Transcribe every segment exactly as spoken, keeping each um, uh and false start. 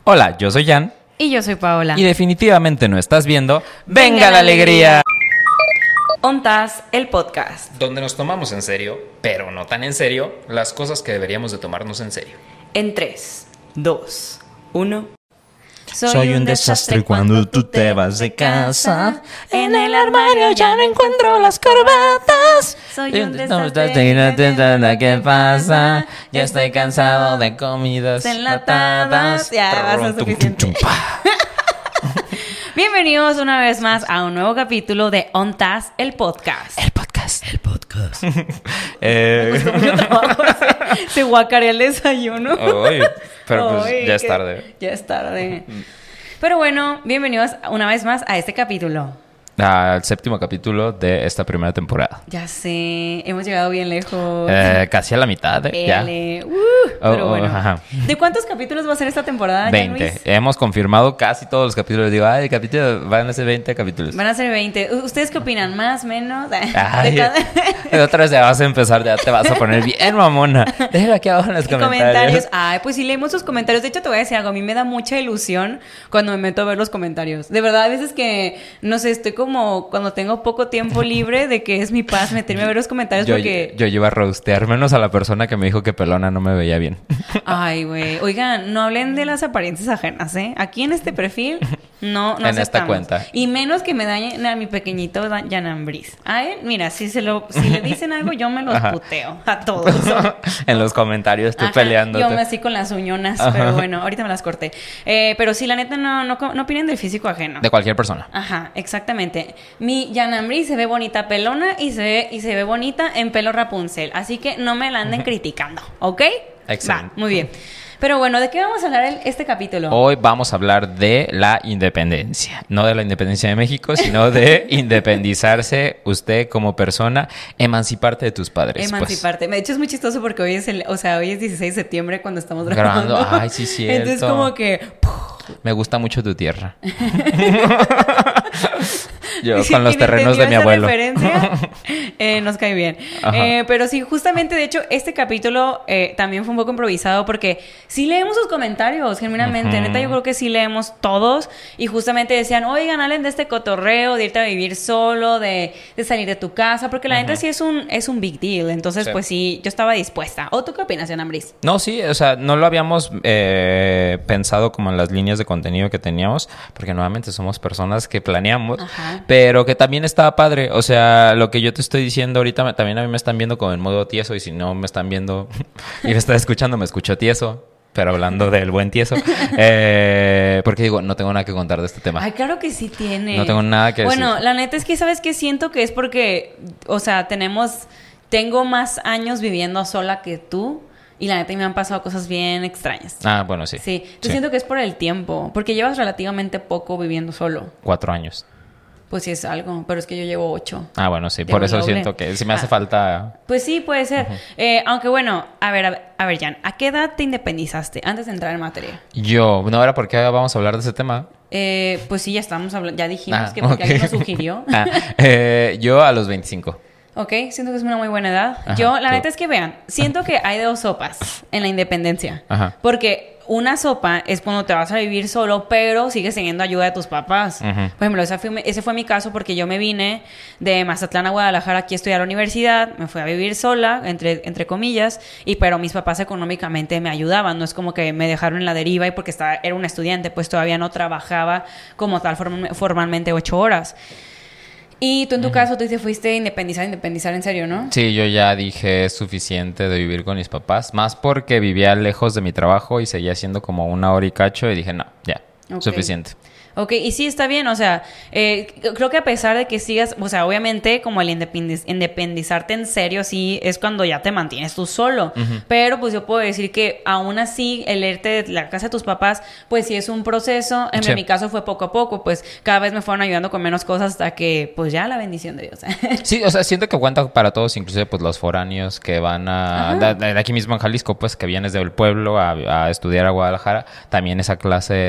Hola, yo soy Jan. Y yo soy Paola. Y definitivamente no estás viendo ¡Venga, Venga la alegría! Ontas, el podcast. Donde nos tomamos en serio, pero no tan en serio, las cosas que deberíamos de tomarnos en serio. En tres, dos, uno. Soy, Soy un desastre cuando tú te vas de casa. En el armario ya no encuentro las corbatas. Soy un desastre. ¿Qué pasa? Ya estoy cansado de comidas enlatadas. Ya, va a ser suficiente. Bienvenidos una vez más a un nuevo capítulo de Ontas, el podcast. El podcast. El podcast. eh... Me costó mucho trabajo. Se, se guacarea el desayuno. Oy, pero pues Oy, ya es tarde. Ya es tarde. Pero bueno, bienvenidos una vez más a este capítulo. Al séptimo capítulo de esta primera temporada. Ya sé, hemos llegado bien lejos. Eh, casi a la mitad, ¿eh? Ya. Uh, Oh, pero oh, bueno. ajá. ¿De cuántos capítulos va a ser esta temporada? veinte. Hemos confirmado casi todos los capítulos. Digo, ay, capítulo, van a ser veinte capítulos. Van a ser veinte. ¿Ustedes qué opinan? ¿Más, menos? Ay, otra vez ya vas a empezar, ya te vas a poner bien mamona. Déjalo aquí abajo en los comentarios. comentarios. Ay, pues sí leemos sus comentarios. De hecho, te voy a decir algo. A mí me da mucha ilusión cuando me meto a ver los comentarios. De verdad, a veces que, no sé, estoy como cuando tengo poco tiempo libre, de que es mi paz meterme a ver los comentarios yo, porque... Yo, yo iba a roastear menos a la persona que me dijo que pelona no me veía bien. Ay, güey. Oigan, no hablen de las apariencias ajenas, ¿eh? Aquí en este perfil no, no en esta cuenta. Y menos que me dañen a mi pequeñito Jan Ambris. A él, mira, si se lo, si le dicen algo, yo me los Ajá. puteo a todos. En los comentarios estoy peleando. Yo me así con las uñonas, Ajá. pero bueno, ahorita me las corté. Eh, pero sí, la neta, no, no, no opinen del físico ajeno. De cualquier persona. Ajá, exactamente. Mi Jan Ambris se ve bonita pelona y se ve, y se ve bonita en pelo Rapunzel. Así que no me la anden criticando, ¿ok? Excelente. Va, muy bien. Pero bueno, ¿de qué vamos a hablar en este capítulo? Hoy vamos a hablar de la independencia. No de la independencia de México, sino de independizarse usted como persona, emanciparte de tus padres. Emanciparte. Pues. De hecho, es muy chistoso porque hoy es el, o sea, hoy es dieciséis de septiembre cuando estamos grabando. grabando. Ay, sí, cierto. Entonces, como que... Me gusta mucho tu tierra. Yo con los terrenos de mi abuelo. Referencia, eh, nos cae bien. Eh, pero sí, justamente, de hecho, este capítulo eh, también fue un poco improvisado porque sí leemos sus comentarios, genuinamente. Uh-huh. Neta, yo creo que sí leemos todos. Y justamente decían, oigan, hablen de este cotorreo, de irte a vivir solo, de, de salir de tu casa. Porque la uh-huh. neta sí es un, es un big deal. Entonces, sí. pues sí, yo estaba dispuesta. ¿O tú qué opinas, Jan Ambris? No, sí, o sea, no lo habíamos eh, pensado como en las líneas de contenido que teníamos. Porque nuevamente somos personas que planeamos. Ajá. Pero que también estaba padre. O sea, lo que yo te estoy diciendo ahorita, me, también a mí me están viendo como en modo tieso. Y si no me están viendo y me están escuchando, me escucho tieso. Pero hablando del buen tieso. Eh, porque digo, no tengo nada que contar de este tema. Ay, claro que sí tiene. No tengo nada que bueno, decir. Bueno, la neta es que, ¿sabes qué? Siento que es porque, o sea, tenemos... Tengo más años viviendo sola que tú. Y la neta me han pasado cosas bien extrañas. Ah, bueno, sí. Sí. Yo sí. siento que es por el tiempo. Porque llevas relativamente poco viviendo solo. Cuatro años. Pues sí es algo, pero es que yo llevo ocho. Ah, bueno, sí. Por eso doble. Siento que sí me hace ah. falta... Pues sí, puede ser. Uh-huh. Eh, aunque bueno, a ver, a ver, a ver, Jan, ¿a qué edad te independizaste antes de entrar en materia? Yo, no era porque vamos a hablar de ese tema. Eh, pues sí, ya estamos hablando, ya dijimos ah, que porque okay. alguien nos sugirió. ah, eh, yo a los veinticinco. Ok, siento que es una muy buena edad. Ajá, yo, la tú. neta es que vean, siento que hay dos sopas en la independencia. Ajá. Porque una sopa es cuando te vas a vivir solo, pero sigues teniendo ayuda de tus papás. Uh-huh. Por ejemplo, ese fue, ese fue mi caso porque yo me vine de Mazatlán a Guadalajara aquí a estudiar a la universidad. Me fui a vivir sola, entre, entre comillas, y pero mis papás económicamente me ayudaban. No es como que me dejaron en la deriva y porque estaba, era una estudiante, pues todavía no trabajaba como tal form, formalmente ocho horas. Y tú en tu uh-huh. caso, tú te fuiste a independizar, independizar en serio, ¿no? Sí, yo ya dije es suficiente de vivir con mis papás. Más porque vivía lejos de mi trabajo y seguía siendo como una hora y cacho. Y dije, no, ya, okay. suficiente. Ok, y sí, está bien, o sea, eh, creo que a pesar de que sigas, o sea, obviamente como el independiz- independizarte en serio, sí, es cuando ya te mantienes tú solo, uh-huh. pero pues yo puedo decir que aún así, el irte de la casa de tus papás, pues sí es un proceso, en sí. mi caso fue poco a poco, pues cada vez me fueron ayudando con menos cosas hasta que, pues ya la bendición de Dios. Sí, o sea, siento que cuenta para todos, inclusive pues los foráneos que van a, de, de aquí mismo en Jalisco, pues que vienes del pueblo a, a estudiar a Guadalajara, también esa clase de independencia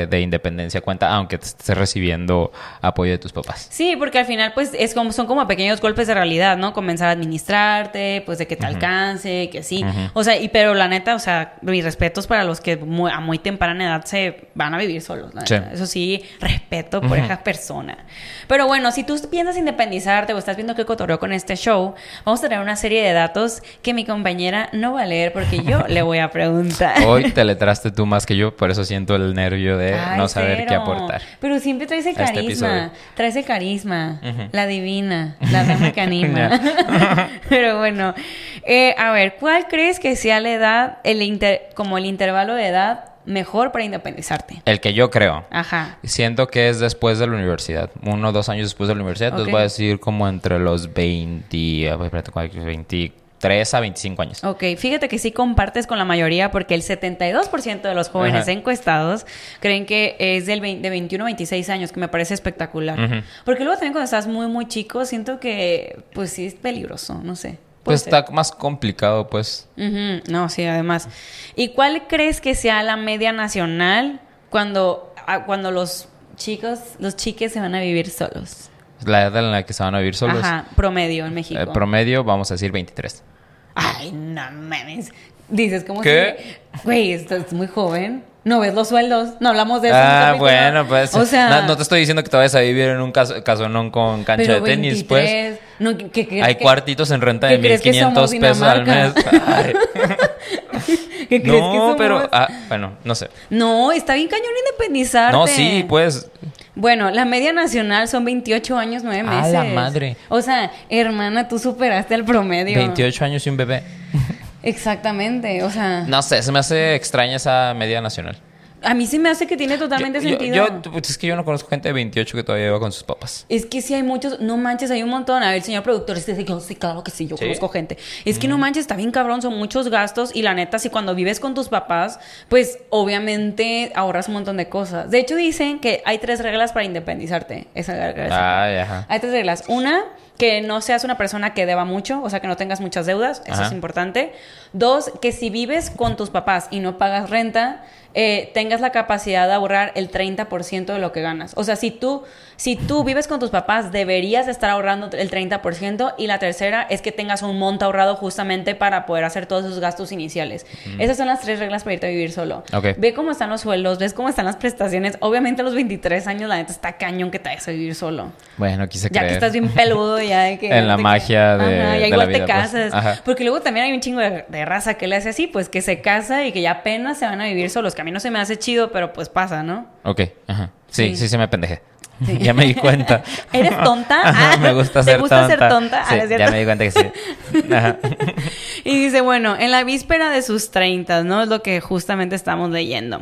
independencia cuenta, aunque te estés recibiendo apoyo de tus papás. Sí, porque al final, pues, es como, son como pequeños golpes de realidad, ¿no? Comenzar a administrarte, pues, de que te uh-huh. alcance, que sí. Uh-huh. O sea, y pero la neta, o sea, mis respetos para los que muy, a muy temprana edad se van a vivir solos, la neta. Sí. Eso sí, respeto por uh-huh. esa persona. Pero bueno, si tú piensas independizarte o estás viendo qué cotorreo con este show, vamos a tener una serie de datos que mi compañera no va a leer porque yo le voy a preguntar. Hoy te letraste tú más que yo, por eso siento el nervio de Ay, no saber cero. qué aportar. Pero siempre trae ese carisma, este trae ese carisma, uh-huh. la divina, la dama que anima. Pero bueno, eh, a ver, ¿cuál crees que sea la edad, el inter, como el intervalo de edad mejor para independizarte? El que yo creo. Ajá. Siento que es después de la universidad. Uno o dos años después de la universidad. Okay. Entonces voy a decir como entre los veinte... Espérate, veintitrés a veinticinco años. Ok. Fíjate que sí compartes con la mayoría porque el setenta y dos por ciento de los jóvenes uh-huh. encuestados creen que es del veinte, de veintiuno a veintiséis años, que me parece espectacular. Uh-huh. Porque luego también cuando estás muy, muy chico, siento que pues sí es peligroso. No sé. Pues ser. Está más complicado, pues. Uh-huh. No, sí, además. ¿Y cuál crees que sea la media nacional cuando, cuando los chicos, los chiques se van a vivir solos? La edad en la que se van a vivir solos. Ajá, promedio en México. El promedio, vamos a decir veintitrés. Ay, no mames. Dices, ¿cómo ¿Qué? Si... Güey, estás muy joven. ¿No ves los sueldos? No hablamos de eso. Ah, bueno, pues. O sea... No, no te estoy diciendo que te vayas a vivir en un caso, casonón con cancha pero de tenis, veintitrés, pues. No, ¿qué, qué, Hay qué, cuartitos en renta de mil quinientos pesos al mes. ¿Qué crees no, que somos? pero... Ah, bueno, no sé. No, está bien cañón independizarte. No, sí, pues... Bueno, la media nacional son veintiocho años, nueve meses. ¡A la madre! O sea, hermana, tú superaste el promedio. veintiocho años y un bebé. Exactamente, o sea... No sé, se me hace extraña esa media nacional. A mí sí me hace que tiene totalmente yo, sentido. Yo, yo, pues es que yo no conozco gente de veintiocho que todavía va con sus papás. Es que sí hay muchos, no manches, hay un montón. A ver, señor productor, este dice que sí, claro que sí, yo ¿Sí? conozco gente. Es que mm. no manches, está bien cabrón, son muchos gastos y la neta, si cuando vives con tus papás, pues obviamente ahorras un montón de cosas. De hecho, dicen que hay tres reglas para independizarte. Esa regla. Ay, ajá. Hay tres reglas. Una, que no seas una persona que deba mucho, o sea, que no tengas muchas deudas, eso Ajá. es importante. Dos, que si vives con tus papás y no pagas renta, eh, tengas la capacidad de ahorrar el treinta por ciento de lo que ganas. O sea, si tú, si tú vives con tus papás, deberías estar ahorrando el treinta por ciento. Y la tercera es que tengas un monto ahorrado justamente para poder hacer todos esos gastos iniciales. Mm. Esas son las tres reglas para irte a vivir solo. Okay. Ve cómo están los sueldos, ves cómo están las prestaciones. Obviamente a los veintitrés años, la neta, está cañón que te vayas a vivir solo. Bueno, quise ya creer. que estás bien peludo, ya de que... en la de magia que, de, ajá, ya de igual la vida, te casas. Pues. Porque luego también hay un chingo de, de raza que le hace así, pues que se casa y que ya apenas se van a vivir solos. Que a mí no se me hace chido, pero pues pasa, ¿no? Ok, ajá. Sí, sí, sí se me pendejé. Sí. Ya me di cuenta. ¿Eres tonta? Ajá, me gusta ser ¿Te gusta tonta. ser tonta? Sí, ah, ya me di cuenta que sí. Ajá. Y dice, bueno, en la víspera de sus treintas, ¿no? Es lo que justamente estamos leyendo.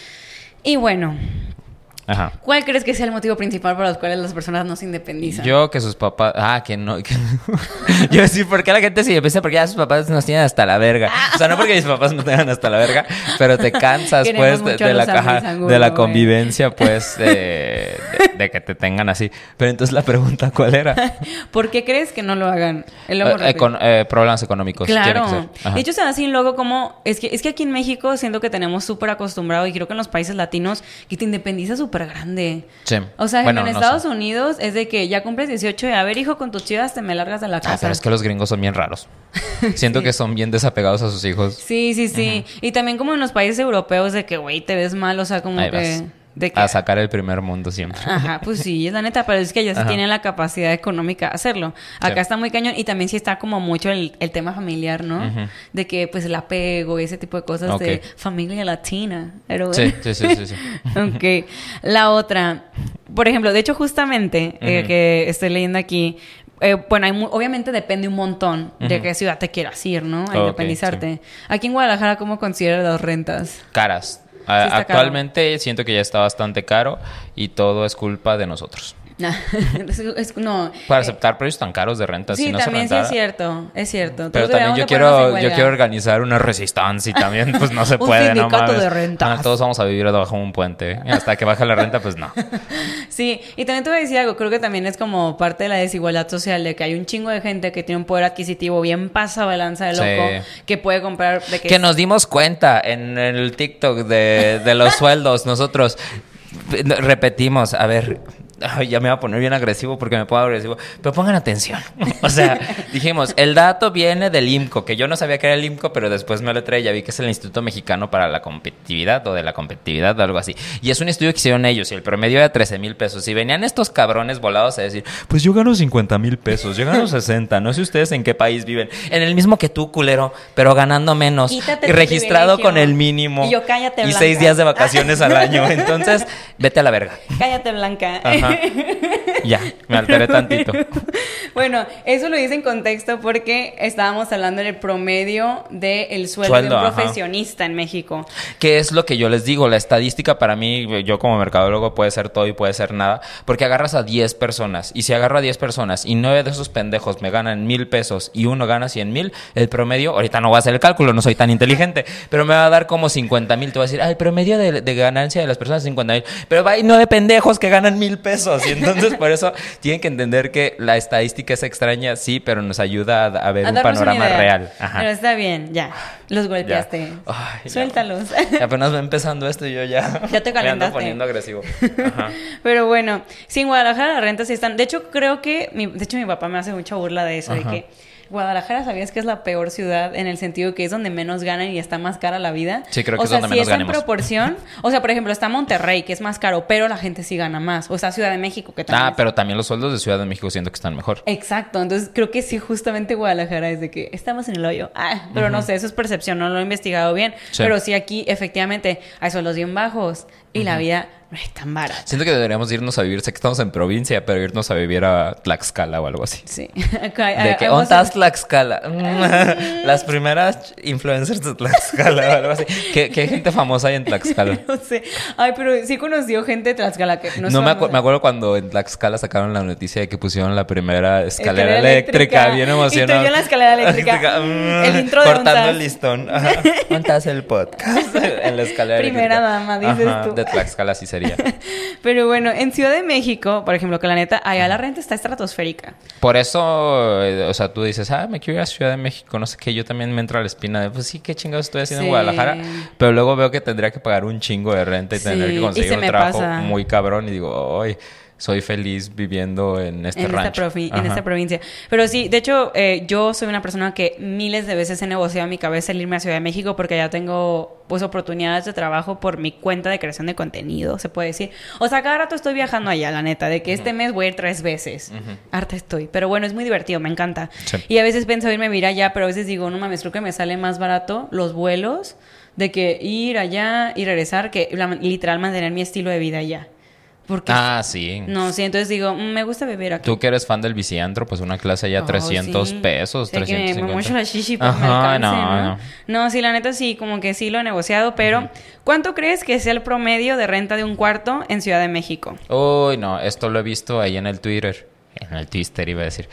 Y bueno... Ajá. ¿Cuál crees que sea el motivo principal por los cuales las personas no se independizan? Yo que sus papás... Ah, que no... Que no. Yo sí, ¿por qué la gente se independiza? Porque ya sus papás nos tienen hasta la verga. O sea, no porque mis papás no tengan hasta la verga, pero te cansas, pues, de, de, la, caja, de la convivencia, pues, de, de, de que te tengan así. Pero entonces la pregunta, ¿cuál era? ¿Por qué crees que no lo hagan? Eh, econ- eh, problemas económicos. Claro. De hecho, se da así luego como... Es que, es que aquí en México siento que tenemos súper acostumbrado, y creo que en los países latinos, que te independizas súper grande. Sí. O sea, bueno, en no Estados sé. Unidos es de que ya cumples dieciocho y a ver, hijo, con tus chivas te me largas de la casa. Ah, pero es que los gringos son bien raros. Siento sí. que son bien desapegados a sus hijos. Sí, sí, sí. Uh-huh. Y también como en los países europeos de que, güey, te ves mal, o sea, como Ahí que... vas. De que... A sacar el primer mundo siempre. Ajá, pues sí, es la neta, pero es que ellos sí tienen la capacidad económica de hacerlo. Acá sí. está muy cañón y también sí está como mucho el, el tema familiar, ¿no? Uh-huh. De que pues el apego y ese tipo de cosas okay. de familia latina. Pero bueno. Sí, sí, sí, sí, sí. Ok. La otra, por ejemplo, de hecho justamente uh-huh. eh, que estoy leyendo aquí, Eh, bueno, hay mu- obviamente depende un montón uh-huh. de qué ciudad te quieras ir, ¿no? A okay, independizarte. Sí. Aquí en Guadalajara, ¿cómo consideras las rentas? Caras. Sí, actualmente caro. Siento que ya está bastante caro y todo es culpa de nosotros. es, es, no, para aceptar eh, precios tan caros de renta. Sí, si no también se sí es cierto, es cierto. Pero todos también yo quiero, yo quiero organizar una resistencia y también pues no se un puede, sindicato no mames. de rentas. Ah, todos vamos a vivir debajo de un puente. Hasta que baje la renta, pues no. Sí, y también te voy a decir algo, creo que también es como parte de la desigualdad social, de que hay un chingo de gente que tiene un poder adquisitivo bien pasado de lanza de loco, sí. que puede comprar... De que que es... nos dimos cuenta en el TikTok de, de los sueldos, nosotros... Repetimos, a ver, ay, ya me voy a poner bien agresivo porque me pongo agresivo, pero pongan atención. O sea, dijimos, el dato viene del I M C O, que yo no sabía que era el I M C O, pero después me lo trae y ya vi que es el Instituto Mexicano para la Competitividad o de la Competitividad o algo así. Y es un estudio que hicieron ellos y el promedio era trece mil pesos. Y venían estos cabrones volados a decir, pues yo gano cincuenta mil pesos, yo gano sesenta, no sé ustedes en qué país viven. En el mismo que tú, culero, pero ganando menos. Quítate y registrado privilegio. Con el mínimo. Y yo, cállate, Y Blanca. seis días de vacaciones al año. Entonces, vete a la verga. Cállate, Blanca. Ajá. Ya, me alteré tantito. Bueno, eso lo hice en contexto porque estábamos hablando del promedio del sueldo, Sueldo, de un ajá. profesionista en México. Que es lo que yo les digo, la estadística para mí, yo como mercadólogo puede ser todo y puede ser nada, porque agarras a diez personas, y si agarro a diez personas y nueve de esos pendejos me ganan mil pesos y uno gana cien mil, el promedio, ahorita no voy a hacer el cálculo, no soy tan inteligente, pero me va a dar como cincuenta mil, te voy a decir, ah, el promedio de, de ganancia de las personas es cincuenta mil, pero hay nueve pendejos que ganan mil pesos, y entonces por eso tienen que entender que la estadística es extraña, sí, pero nos ayuda a, a ver A un darnos una panorama idea. real. Ajá. Pero está bien, ya. Los golpeaste. Ay, ya. Suéltalos. Apenas va empezando esto y yo ya, Ya te me ando calentaste. poniendo agresivo. Ajá. Pero bueno, sí, en Guadalajara las rentas sí están. De hecho, creo que. Mi, de hecho, mi papá me hace mucha burla de eso, Ajá. de que Guadalajara, ¿sabías que es la peor ciudad en el sentido que es donde menos ganan y está más cara la vida? Sí, creo que o es sea, donde si menos es en ganemos. proporción. O sea, por ejemplo, está Monterrey, que es más caro, pero la gente sí gana más. O sea, Ciudad de México, que también. Ah, es- pero también los sueldos de Ciudad de México siento que están mejor. Exacto, entonces creo que sí, justamente Guadalajara es de que estamos en el hoyo. Ah, pero no sé, eso es percepción, no lo he investigado bien. Sí. Pero sí aquí, efectivamente, hay sueldos bien bajos y la vida no es tan barata. Siento que deberíamos irnos a vivir, sé que estamos en provincia, pero irnos a vivir a Tlaxcala o algo así. Sí. Acá, De ah, que, vamos ¿dónde a- estás Tlaxcala? Las primeras influencers de Tlaxcala o algo así. ¿Qué, qué gente famosa hay en Tlaxcala? No sé. Ay, pero sí conoció gente de Tlaxcala que no, No, es me, acu- famosa. me acuerdo cuando en Tlaxcala sacaron la noticia de que pusieron la primera escalera, Escalera eléctrica, eléctrica. bien Y tú emocionado. y yo en la escalera eléctrica. Mm, El intro de cortando Ontas. el listón. Ajá. ¿Ontas el podcast? En la escalera Primera eléctrica. dama, dices Ajá, tú. de Tlaxcala sí sería. Pero bueno, en Ciudad de México, por ejemplo, que la neta, allá la renta está estratosférica. Por eso, eh, o sea, tú dices, ah, me quiero ir a Ciudad de México, no sé qué, yo también me entra la espina de, pues sí, qué chingados estoy haciendo Sí. en Guadalajara, pero luego veo que tendría que pagar un chingo de renta y Sí, tendría que y conseguir se un me trabajo pasa. muy cabrón y digo, ay, soy feliz viviendo en este en, rancho. esta provi- en Ajá. esta provincia. Pero sí, de hecho, eh, yo soy una persona que miles de veces he negociado en mi cabeza el irme a Ciudad de México porque ya tengo pues oportunidades de trabajo por mi cuenta de creación de contenido, se puede decir. O sea, cada rato estoy viajando allá, la neta, de que este mes voy a ir tres veces. Ujú. Harta estoy. Pero bueno, es muy divertido, me encanta. Sí. Y a veces pienso irme a vivir allá, pero a veces digo, no mames, creo que me sale más barato los vuelos de que ir allá y regresar, que la- literal mantener mi estilo de vida allá. Porque Ah, sí. no, sí, entonces digo, mm, me gusta vivir aquí. Tú que eres fan del biciantro, pues una clase ya Oh, trescientos sí. pesos, Sé que trescientos me, cincuenta. me mucho la shishi para Ajá, me alcance, no, ¿no? no. No, sí, la neta sí, como que sí lo he negociado, pero ¿cuánto crees que sea el promedio de renta de un cuarto en Ciudad de México? Uy, no, esto lo he visto ahí en el Twitter. En el Twitter iba a decir.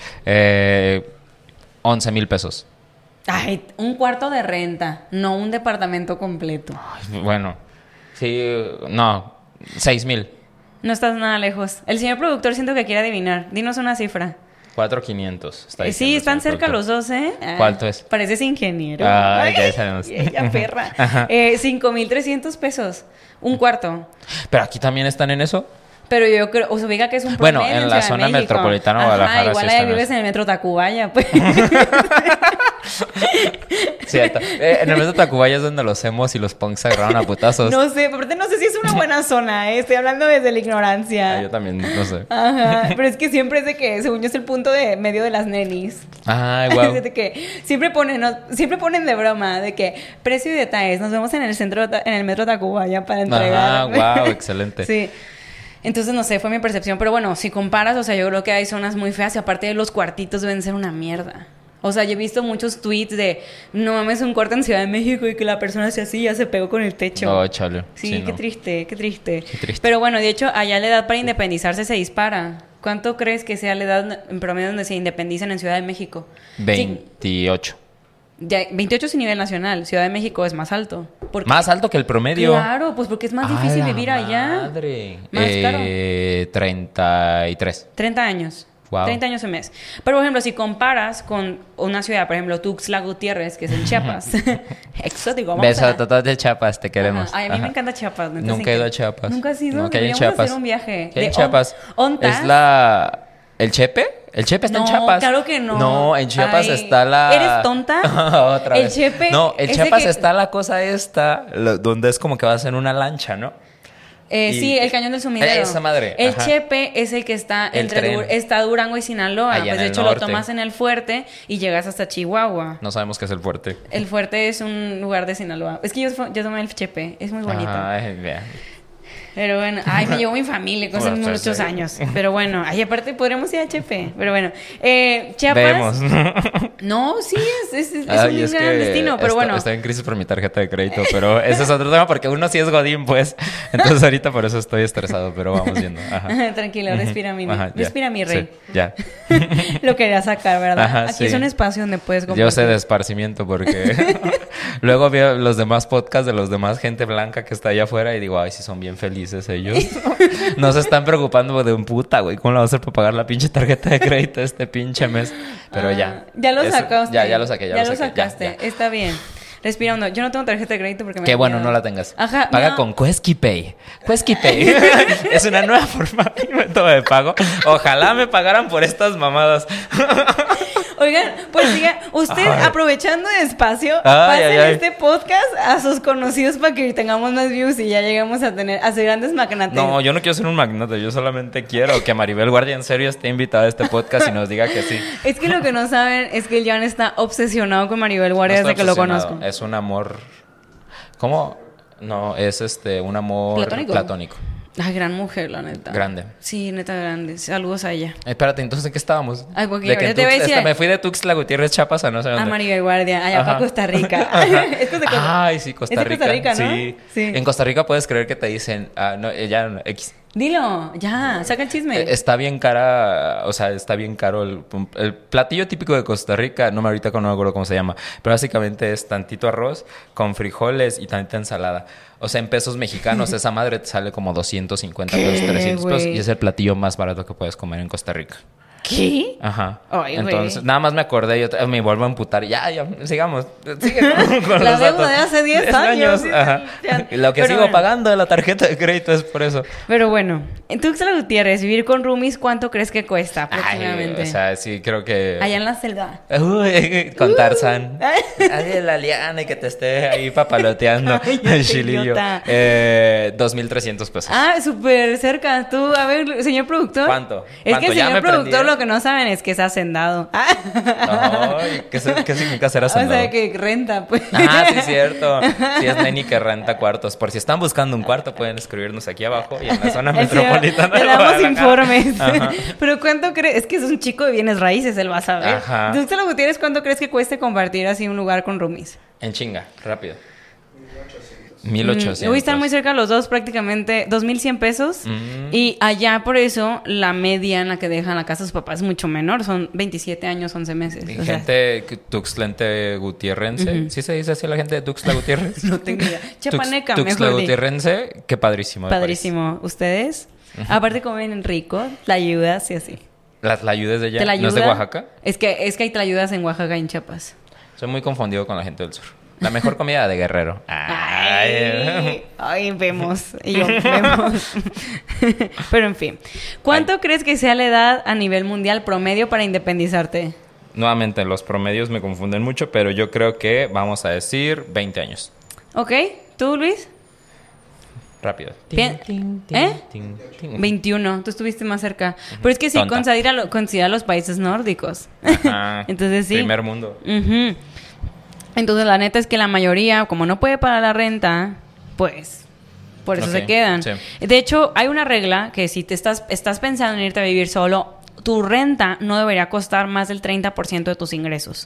Eh, once mil pesos. Ay, un cuarto de renta, no un departamento completo. Ay, bueno, sí, no, seis mil. No estás nada lejos. El señor productor siento que quiere adivinar. Dinos una cifra. cuatro mil quinientos. Está Eh, diciendo sí, el están señor cerca productor. los dos, ¿eh? Ah, ¿Cuánto es? Pareces ingeniero. Ay, ya sabemos. Y ella perra. Ajá. Eh, cinco mil trescientos pesos. Un cuarto. Pero aquí también están en eso. Pero yo creo, o se ubica que es un Bueno, promedio en Ciudad la de zona México. metropolitana de Ajá, Guadalajara igual sí allá están vives eso. en el metro Tacubaya, pues. Cierto. Eh, en el metro de Tacubaya es donde los emos y los punks se agarraron a putazos. No sé, aparte no sé si es una buena zona, ¿eh? Estoy hablando desde la ignorancia. Ah, yo también, no sé. Ajá, pero es que siempre es de que, según yo, es el punto de medio de las nenis. Ay, wow. Es de que siempre ponen, no, siempre ponen de broma, de que precio y detalles, nos vemos en el centro, de Ta- en el metro Tacubaya para entregar. Ajá, wow, excelente. Sí. Entonces, no sé, fue mi percepción. Pero bueno, si comparas, o sea, yo creo que hay zonas muy feas y aparte de los cuartitos deben ser una mierda. O sea, yo he visto muchos tweets de, no mames, un cuarto en Ciudad de México y que la persona hace así y ya se pegó con el techo. Oh, chale. Sí, qué no. triste, qué triste. Qué triste. Pero bueno, de hecho, allá la edad para independizarse se dispara. ¿Cuánto crees que sea la edad en promedio donde se independizan en Ciudad de México? Sí, veintiocho. ya, veintiocho es a nivel nacional. Ciudad de México es más alto. Porque- Más alto que el promedio. Claro, pues porque es más difícil ¡A la vivir allá. Madre. Más eh, treinta y tres. treinta años. Wow. treinta años un mes. Pero, por ejemplo, si comparas con una ciudad, por ejemplo, Tuxtla Gutiérrez, que es en Chiapas. Exótico. Vamos Beso a... a todos de Chiapas, te queremos. Ajá. Ay, a mí Ajá. me encanta Chiapas. Neta, Nunca he ido a Chiapas. Nunca has ido. No, ¿qué hay en Deberíamos Chiapas? hacer un viaje. ¿Qué hay en de Chiapas? On- ¿Ontas? Es la... ¿El Chepe? ¿El Chepe está No, en Chiapas? claro que no. No, en Chiapas Ay, está la... ¿eres tonta? Otra El vez. Chepe No, en es de Chiapas que- está la cosa esta, lo- donde es como que vas en una lancha, ¿no? Eh, Y- sí, el Cañón del Sumidero. Esa madre, El ajá. Chepe es el que está El entre tren. Dur- está Durango y Sinaloa. Allá Pues en de el hecho norte. lo tomas en el fuerte y llegas hasta Chihuahua. No sabemos qué es el fuerte. El fuerte es un lugar de Sinaloa. Es que yo, fu- yo tomé el Chepe, es muy bonito. Ay, bien. Pero bueno, ay, me llevó mi familia con Bueno, muchos sí. años. Pero bueno, ay, aparte podremos ir a Chepe. Pero bueno, eh, Chiapas. Vemos. No, sí, es, es, es Ay, un es gran que destino. Pero esto- bueno, Estoy en crisis por mi tarjeta de crédito, pero ese es otro tema porque uno sí es godín, pues. Entonces ahorita por eso estoy estresado, pero vamos viendo. Ajá. tranquilo, respira mi, Ajá, ya. respira mi rey. Sí, ya. Lo quería sacar, ¿verdad? Ajá, Aquí sí. es un espacio donde puedes compartir. Yo sé de esparcimiento porque luego veo los demás podcasts de los demás gente blanca que está allá afuera y digo, ay, sí son bien felices ellos. No se están preocupando de un puta, güey. ¿Cómo la vas a hacer para pagar la pinche tarjeta de crédito este pinche mes? Pero Ah, ya. Ya lo Eso- sacaste. Ya, ya lo saqué, ya, Ya lo lo saqué. ya, sacaste. ya. Está bien. Respira hondo. Yo no tengo tarjeta de crédito porque me Qué da bueno, miedo. no la tengas. Ajá. Paga no. con Quesky Pay. Quesky Pay. Es una nueva forma de método de pago. Ojalá me pagaran por estas mamadas. Oigan, pues diga, usted Ay. aprovechando el espacio, Ay, pasen ay, ay. este podcast a sus conocidos para que tengamos más views y ya llegamos a tener, a ser grandes magnates. No, yo no quiero ser un magnate. Yo solamente quiero que Maribel Guardia en serio esté invitada a este podcast y nos diga que sí. Es que lo que no saben es que el Jan está obsesionado con Maribel Guardia No desde estoy que lo obsesionado. conozco. Es un amor... ¿Cómo? No, es este un amor ¿Platónico? platónico. Ay, gran mujer, la neta. Grande. Sí, neta grande. Saludos a ella. Eh, Espérate, entonces ¿en qué estábamos? Ay, porque De que ahorita en te voy a Tux- decir- esta- me fui de Tuxtla Gutiérrez, Chiapas a no sé A dónde. Maribel Guardia, allá Ajá. para Costa Rica. es Costa Rica. Ay, sí, Costa Es de Rica. Costa Rica, ¿no? Sí. Sí. En Costa Rica puedes creer que te dicen, ah, no, eh, ya no, X. Dilo, ya, saca el chisme. Eh, Está bien cara, o sea, está bien caro el, el platillo típico de Costa Rica, no me ahorita no me acuerdo cómo se llama, pero básicamente es tantito arroz con frijoles y tantita ensalada. O sea, en pesos mexicanos esa madre te sale como doscientos cincuenta pesos, ¿Qué, trescientos pesos güey? y es el platillo más barato que puedes comer en Costa Rica. ¿Qué? Ajá. Ay, güey. Entonces, nada más me acordé y otra- me vuelvo a emputar. Ya, ya, sigamos. Sigue con La los deuda datos. de hace diez años. Ajá. Ya. Y lo que Pero sigo bueno. pagando de la tarjeta de crédito es por eso. Pero bueno, en Tuxtla Gutiérrez, vivir con roomies, ¿cuánto crees que cuesta aproximadamente? Ay, o sea, sí, creo que... Allá en la selva. Uy, con Tarzan. Uh. Ay, la liana y que te esté ahí papaloteando. Ay, ya el sé, chilillo. idiota. Eh, dos mil trescientos pesos. Ah, súper cerca. Tú, a ver, señor productor. ¿Cuánto? Es ¿Cuánto? que el Ya señor me prendí, productor ¿eh? lo que no saben es que es hacendado. Ah. Ay, ¿qué, se- qué significa ser O hacendado? sea, que renta, pues. Ah, sí, cierto. Sí, es Neni que renta cuartos. Por si están buscando un cuarto, pueden escribirnos aquí abajo y en la zona El señor- metropolitana. Le de damos Guadalajara. informes. Ajá. Pero ¿cuánto crees? Es que es un chico de bienes raíces, él va a saber. Ajá. Tuxtla Gutiérrez, ¿cuánto crees que cueste compartir así un lugar con roomies? En chinga, rápido. mil ochocientos. Mm, voy a estar muy cerca los dos, prácticamente dos mil cien pesos. Mm. Y allá, por eso, la media en la que dejan la casa de sus papás es mucho menor. Son veintisiete años, once meses. Y O sea, gente que- tuxtlente gutierrense. ¿Sí se dice así a la gente de Tuxtla Gutiérrez? no tengo idea. Chapaneca, Tux- Tuxtla mejor di. Gutierrense, qué padrísimo. me Padrísimo. ¿Ustedes? Aparte comen rico, la ayudas y así. parece. Las tlayudes de allá. ¿Te la ¿No es de ayuda? Oaxaca? Es que, es que hay tlayudas en Oaxaca y en Chiapas. Soy muy confundido con la gente del sur. La mejor comida de Guerrero. Ay, ay, vemos. Y yo, vemos. Pero en fin. ¿Cuánto crees que sea la edad a nivel mundial promedio para independizarte? Nuevamente, los promedios me confunden mucho, pero yo creo que vamos a decir veinte años. ¿Ok? ¿Tú, Luis? Rápido. Bien. Tin, tin, ¿Eh? tin, tin. veintiuno. Tú estuviste más cerca. Pero es que sí, Tonta. considera, lo- considera los países nórdicos. Ajá. Entonces sí. Primer mundo. Ujú. Entonces la neta es que la mayoría, como no puede pagar la renta, pues por eso Ok, se quedan. sí. De hecho, hay una regla que si te estás, estás pensando en irte a vivir solo, tu renta no debería costar más del treinta por ciento de tus ingresos.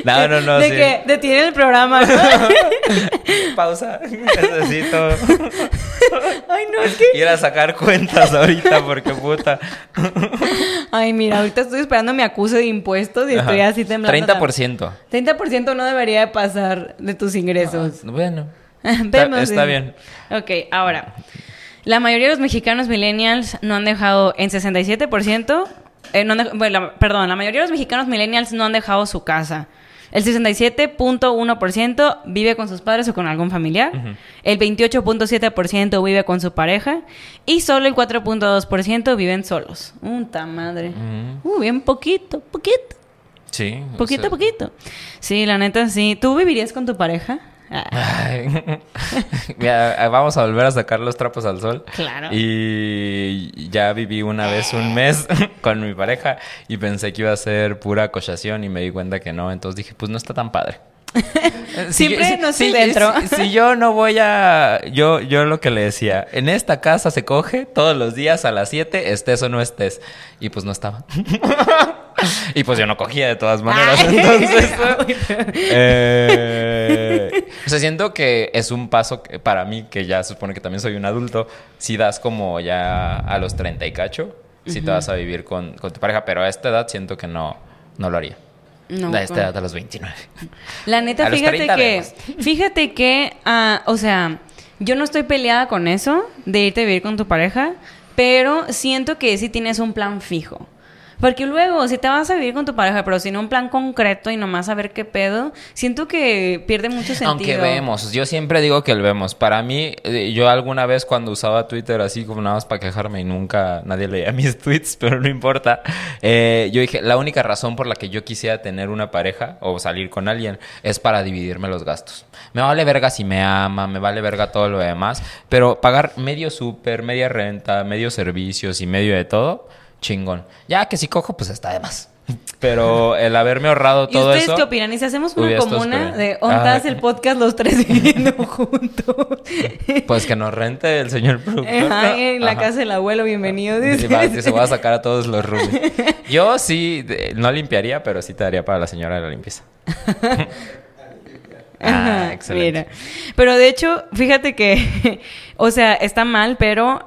No, no, no. De sí. que detiene el programa, ¿no? Pausa. Necesito Ay, no, es que... ir a sacar cuentas ahorita porque puta. Ay, mira, ahorita estoy esperando mi acuse de impuestos y estoy Ajá. así temblando. treinta por ciento. treinta por ciento no debería de pasar de tus ingresos. Ah, bueno. Vemos. Está, está bien. Ok, ahora. La mayoría de los mexicanos millennials no han dejado en sesenta y siete por ciento... Eh, no han dej- bueno, la- perdón, la mayoría de los mexicanos millennials no han dejado su casa. El sesenta y siete punto uno por ciento vive con sus padres o con algún familiar. Ujú. El veintiocho punto siete por ciento vive con su pareja. Y solo el cuatro punto dos por ciento viven solos. ¡Puta madre! Ujú. Uh, bien poquito, poquito. Sí. o Poquito sea, a poquito. Sí, la neta, sí. ¿Tú vivirías con tu pareja? Ah, Ay. Mira, vamos a volver a sacar los trapos al sol. Claro. Y ya viví una vez un mes con mi pareja y pensé que iba a ser pura cochación y me di cuenta que no. Entonces dije, pues no está tan padre. Siempre no estoy dentro. Si, si yo no voy a... Yo, yo lo que le decía, en esta casa se coge todos los días a las siete, estés o no estés. Y pues no estaba. Y pues yo no cogía de todas maneras. Ay. Entonces... eh, o sea, siento que es un paso que, para mí, que ya supone que también soy un adulto, si das como ya a los treinta y cacho, si te vas a vivir con, con tu pareja. Pero a esta edad siento que no, no lo haría. No, a esta ¿cómo? edad, a los veintinueve. La neta, A los fíjate treinta que, vemos. fíjate que, ah, o sea, yo no estoy peleada con eso de irte a vivir con tu pareja, pero siento que sí tienes un plan fijo. Porque luego, si te vas a vivir con tu pareja, pero sin un plan concreto y nomás a ver qué pedo, siento que pierde mucho sentido. Aunque vemos, yo siempre digo que el vemos. Para mí, eh, yo alguna vez cuando usaba Twitter así como nada más para quejarme y nunca nadie leía mis tweets, pero no importa. Eh, yo dije, la única razón por la que yo quisiera tener una pareja o salir con alguien es para dividirme los gastos. Me vale verga si me ama, me vale verga todo lo demás, pero pagar medio súper, media renta, medio servicios y medio de todo, chingón. Ya que si cojo, pues está de más. Pero el haberme ahorrado ¿Y todo ustedes eso... qué opinan? ¿Y si hacemos una hubiera estado comuna súper de bien. ondas Ah. el podcast los tres viviendo juntos? Pues que nos rente el señor productor. Ajá, en la Ajá. casa del abuelo, bienvenido. Y dice. va- que se va a sacar a todos los rubis. Yo sí, de- no limpiaría, pero sí te daría para la señora de la limpieza. Ah, Ajá, excelente. mira. Pero de hecho, fíjate que, o sea, está mal, pero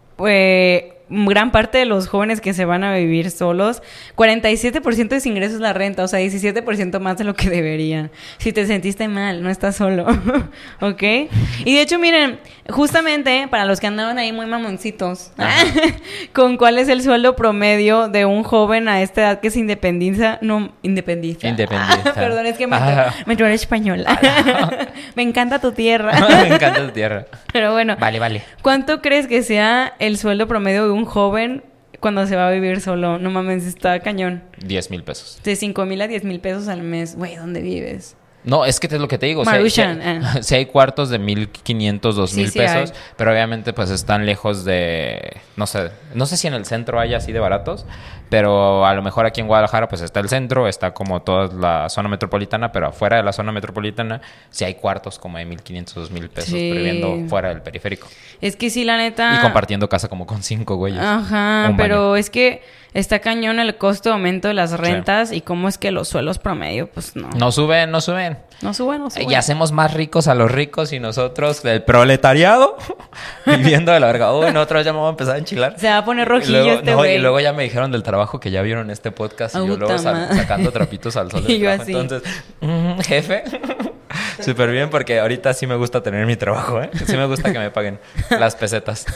eh, gran parte de los jóvenes que se van a vivir solos, cuarenta y siete por ciento de su ingreso es la renta, o sea, diecisiete por ciento más de lo que deberían. Si te sentiste mal, no estás solo, ¿ok? Y de hecho, miren, justamente para los que andaban ahí muy mamoncitos, ¿con cuál es el sueldo promedio de un joven a esta edad que se independiza? No, independiza. Independiza. Ah, perdón, es que me, Ah. me entró el español. Me encanta tu tierra. Me encanta tu tierra. Pero bueno, Vale, vale. ¿cuánto crees que sea el sueldo promedio de un joven cuando se va a vivir solo? No mames, está cañón. diez mil pesos. De cinco mil a diez mil pesos al mes. Güey, ¿dónde vives? No, es que te es lo que te digo. O sea, Maruchan, si hay, ah. si hay cuartos de mil quinientos, dos mil Sí, sí pesos, hay. pero obviamente pues están lejos de, no sé, no sé si en el centro hay así de baratos, pero a lo mejor aquí en Guadalajara pues está el centro, está como toda la zona metropolitana, pero afuera de la zona metropolitana sí hay cuartos como de mil quinientos, dos mil pesos, Sí. pero viviendo fuera del periférico. Es que sí, la neta... Y compartiendo casa como con cinco güeyes. Ajá, Un pero baño. es que está cañón el costo de aumento de las rentas y cómo es que los suelos promedio, pues no. No suben, no suben. No suben, no suben. Y hacemos más ricos a los ricos y nosotros, el proletariado, viviendo de la verga. Uy, nosotros ya me vamos a empezar a enchilar. Se va a poner Y rojillo luego, este no, güey. y luego ya me dijeron del trabajo que ya vieron este podcast y yo Auta luego sal- madre. sacando trapitos al sol del Y yo trabajo. así. Entonces, mm, jefe, súper bien porque ahorita sí me gusta tener mi trabajo, ¿eh? Sí me gusta que me paguen las pesetas.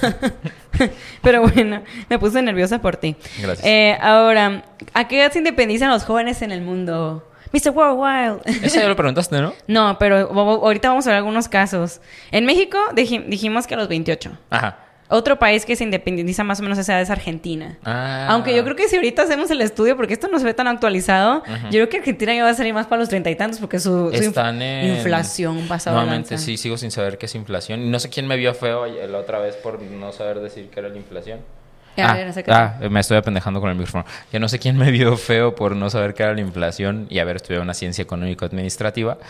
Pero bueno, me puse nerviosa por ti. Gracias. Eh, ahora, ¿a qué edad se independizan los jóvenes en el mundo? mister Worldwide. Eso ya lo preguntaste, ¿no? No, pero bo- ahorita vamos a ver algunos casos. En México dij- dijimos que a los veintiocho. Ajá. Otro país que se independiza más o menos a esa edad es Argentina. Ah. Aunque yo creo que si ahorita hacemos el estudio, porque esto no se ve tan actualizado, yo creo que Argentina ya va a salir más para los treinta y tantos, porque su, su inf- Están en... inflación pasada. Nuevamente sí, sigo sin saber qué es inflación. Y no sé quién me vio feo la otra vez por no saber decir qué era la inflación. A Ah, ver, no sé qué- ah, me estoy apendejando con el micrófono. Que no sé quién me vio feo por no saber qué era la inflación y haber estudiado una ciencia económico-administrativa.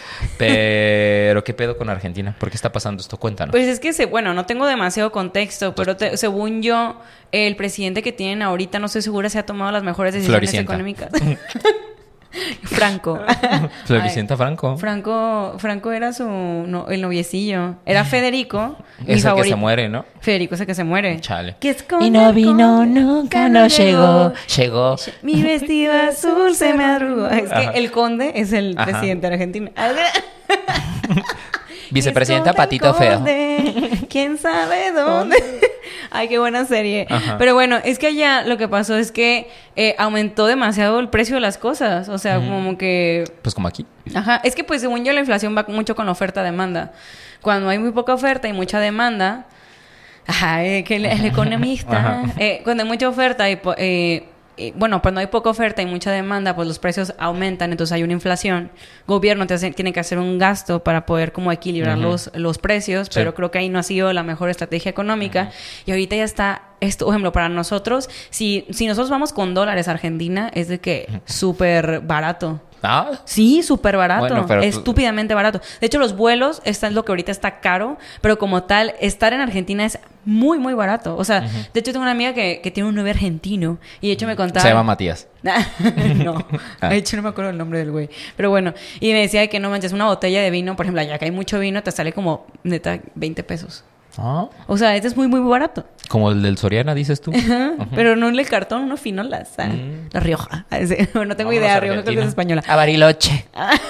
Pero, ¿qué pedo con Argentina? ¿Por qué está pasando esto? Cuéntanos. Pues es que, se, bueno, no tengo demasiado contexto, pero te- según yo, el presidente que tienen ahorita, no estoy segura si ha tomado las mejores decisiones Floricienta. económicas. Franco. Floricienta Ay, Franco. Franco. Franco era su... No, el noviecillo. Era Federico. Mi Es el favorito. que se muere, ¿no? Federico es el que se muere. Chale. Que es con Y no el vino, conde, nunca no llegó. Llegó. Mi vestido azul se me arrugó. Es que Ajá. el conde es el Ajá. presidente de Argentina. Vicepresidenta Es Patito conde, Feo. conde, ¿quién sabe dónde? Ay, qué buena serie. Ajá. Pero bueno, es que allá lo que pasó es que eh, aumentó demasiado el precio de las cosas. O sea, Ujú. como que... Pues como aquí. Ajá, es que pues según yo la inflación va mucho con la oferta-demanda. Cuando hay muy poca oferta y mucha demanda... Ajá, eh, que el, el economista... Ajá. eh, cuando hay mucha oferta y... po- eh, eh, bueno, cuando hay poca oferta y mucha demanda, pues los precios aumentan, entonces hay una inflación. Gobierno te hace- tiene que hacer un gasto para poder como equilibrar Ujú. los, los precios, Sí. pero creo que ahí no ha sido la mejor estrategia económica. Ujú. Y ahorita ya está esto, por ejemplo, para nosotros, si, si nosotros vamos con dólares a Argentina, es de que súper barato. Ah, Sí, súper barato. Bueno, pero tú- Estúpidamente barato. De hecho, los vuelos están lo que ahorita está caro, pero como tal, estar en Argentina es muy, muy barato. O sea, de hecho, tengo una amiga que, que tiene un novio argentino y de hecho me contaba... se llama Matías. no, Ah. de hecho no me acuerdo el nombre del güey. Pero bueno, y me decía que no manches, una botella de vino, por ejemplo, allá que hay mucho vino, te sale como, neta, veinte pesos. Ah, O sea, este es muy, muy barato. como el del Soriana, dices tú. Ajá. Pero no el cartón, uno finolas. ¿sabes? Mm. La Rioja. No tengo Vámonos idea, a Rioja creo que Argentina. es española. A Bariloche.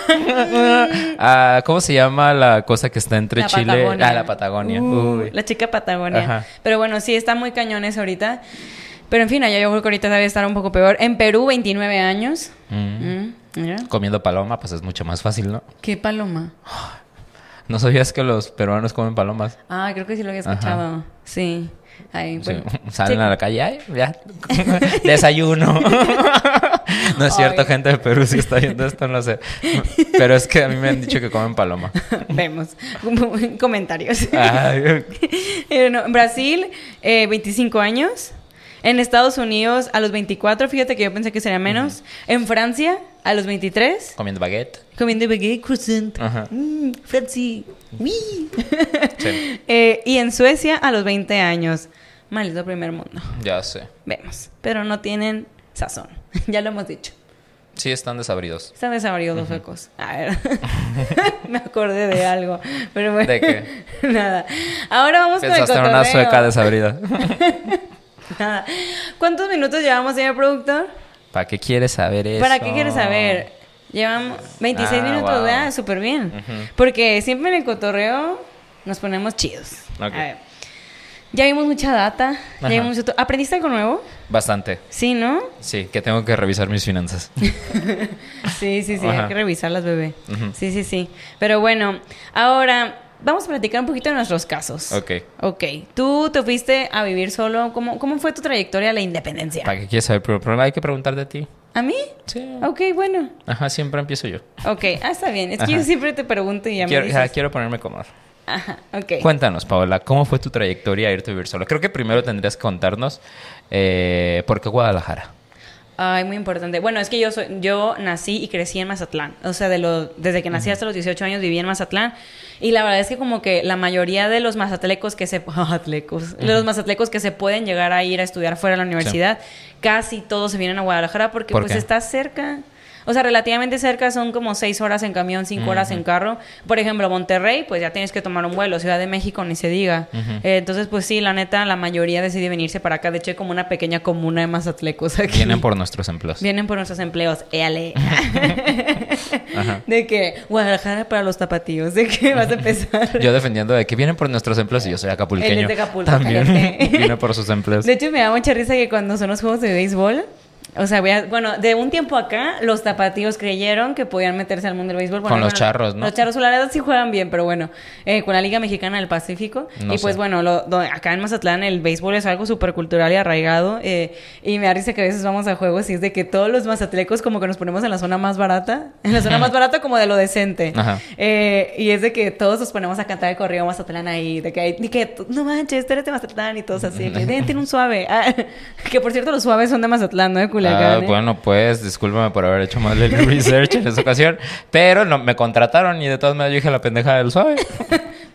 Ah, ¿cómo se llama la cosa que está entre La Chile? Patagonia. Ah, la Patagonia. Uh, Uy. la chica Patagonia. Ajá. Pero bueno, sí, está muy cañones ahorita. Pero en fin, allá yo creo que ahorita debe estar un poco peor. En Perú, veintinueve años. Mm. Mm, mira. Comiendo paloma, pues es mucho más fácil, ¿no? ¿Qué paloma? ¿No sabías que los peruanos comen palomas? Ah, creo que sí lo había escuchado. Sí. Ay, Sí. bueno. Salen Sí. a la calle, ay, ya. Desayuno. No es cierto, Ay. gente de Perú, si está viendo esto, no sé. Pero es que a mí me han dicho que comen paloma. Vemos. Comentarios. Ay, Eh, no, en Brasil, eh, veinticinco años. En Estados Unidos, a los veinticuatro. Fíjate que yo pensé que sería menos. En Francia, a los veintitrés. comiendo baguette. Comiendo baguette croissant. Ajá. Mm, Francia. Oui. Sí, Eh, y en Suecia, a los veinte años. Maldito primer mundo. ya sé. Vemos. Pero no tienen sazón. Ya lo hemos dicho. Sí, están desabridos. Están desabridos los suecos. A ver. Me acordé de algo. Pero bueno. ¿De qué? Nada. Ahora vamos con el Pensaste en una cotorreo. sueca desabrida. Nada. ¿Cuántos minutos llevamos, señor productor? ¿Para qué quieres saber eso? ¿Para qué quieres saber? Llevamos veintiséis Ah, minutos, wow. ¿verdad? Súper bien. Ujú. Porque siempre en el cotorreo nos ponemos chidos. Ok. A ver. Ya vimos mucha data. Ya Ajá. vimos mucho... ¿Aprendiste algo nuevo? Bastante. Sí, ¿no? Sí, que tengo que revisar mis finanzas. Sí, sí, sí. Ajá. Hay que revisarlas, bebé. Ujú. Sí, sí, sí. Pero bueno, ahora vamos a platicar un poquito de nuestros casos. Ok. Ok. Tú te fuiste a vivir solo. ¿Cómo, cómo fue tu trayectoria a la independencia? ¿Para qué quieres saber? Pero, pero hay que preguntarte a ti. ¿A mí? Sí. Ok, bueno. Ajá, siempre empiezo yo. Ok. Ah, está bien. Es que Ajá. yo siempre te pregunto y ya Quiero, me ajá, dices. quiero ponerme cómodo. Ajá, ok. Cuéntanos, Paola, ¿cómo fue tu trayectoria a irte a vivir sola? Creo que primero tendrías que contarnos eh, por qué Guadalajara. Ay, muy importante. Bueno, es que yo soy, yo nací y crecí en Mazatlán. O sea, de lo, desde que nací hasta los dieciocho años viví en Mazatlán. Y la verdad es que como que la mayoría de los mazatlecos que se... Mazatlecos. De los mazatlecos que se pueden llegar a ir a estudiar fuera de la universidad, casi todos se vienen a Guadalajara porque ¿Por pues qué? está cerca. O sea, relativamente cerca, son como seis horas en camión, cinco horas en carro. Por ejemplo, Monterrey, pues ya tienes que tomar un vuelo. Ciudad de México, ni se diga. Ujú. Eh, entonces, pues sí, la neta, la mayoría decide venirse para acá. De hecho, hay como una pequeña comuna de mazatlecos aquí. Vienen por nuestros empleos. Vienen por nuestros empleos. Éale. Ajá. De que Guadalajara para los tapatíos. De que vas a empezar. Yo defendiendo de que vienen por nuestros empleos y yo soy acapulqueño. Él es de Acapulco, También cállate. viene por sus empleos. De hecho, me da mucha risa que cuando son los juegos de béisbol. O sea, voy a- bueno, de un tiempo acá, los tapatíos creyeron que podían meterse al mundo del béisbol. Bueno, Con los bueno, charros, ¿no? Los charros, la verdad, sí juegan bien, pero bueno, eh, con la Liga Mexicana del Pacífico. No y pues sé. bueno, lo- do- acá en Mazatlán el béisbol es algo súper cultural y arraigado. eh, y me da risa que a veces vamos a juegos y es de que todos los mazatlecos como que nos ponemos en la zona más barata. En la zona más barata como de lo decente. Ajá. Eh, y es de que todos nos ponemos a cantar el corrido Mazatlán ahí. De que, hay, de que no manches, espérate Mazatlán y todos así. De que "Ven, tiene un suave. Ah, que por cierto, los suaves son de Mazatlán, ¿no? De Culiacán. Ah, ¿eh? bueno, pues discúlpame por haber hecho mal el research en esa ocasión, pero no, me contrataron y de todas maneras yo dije la pendeja del suave.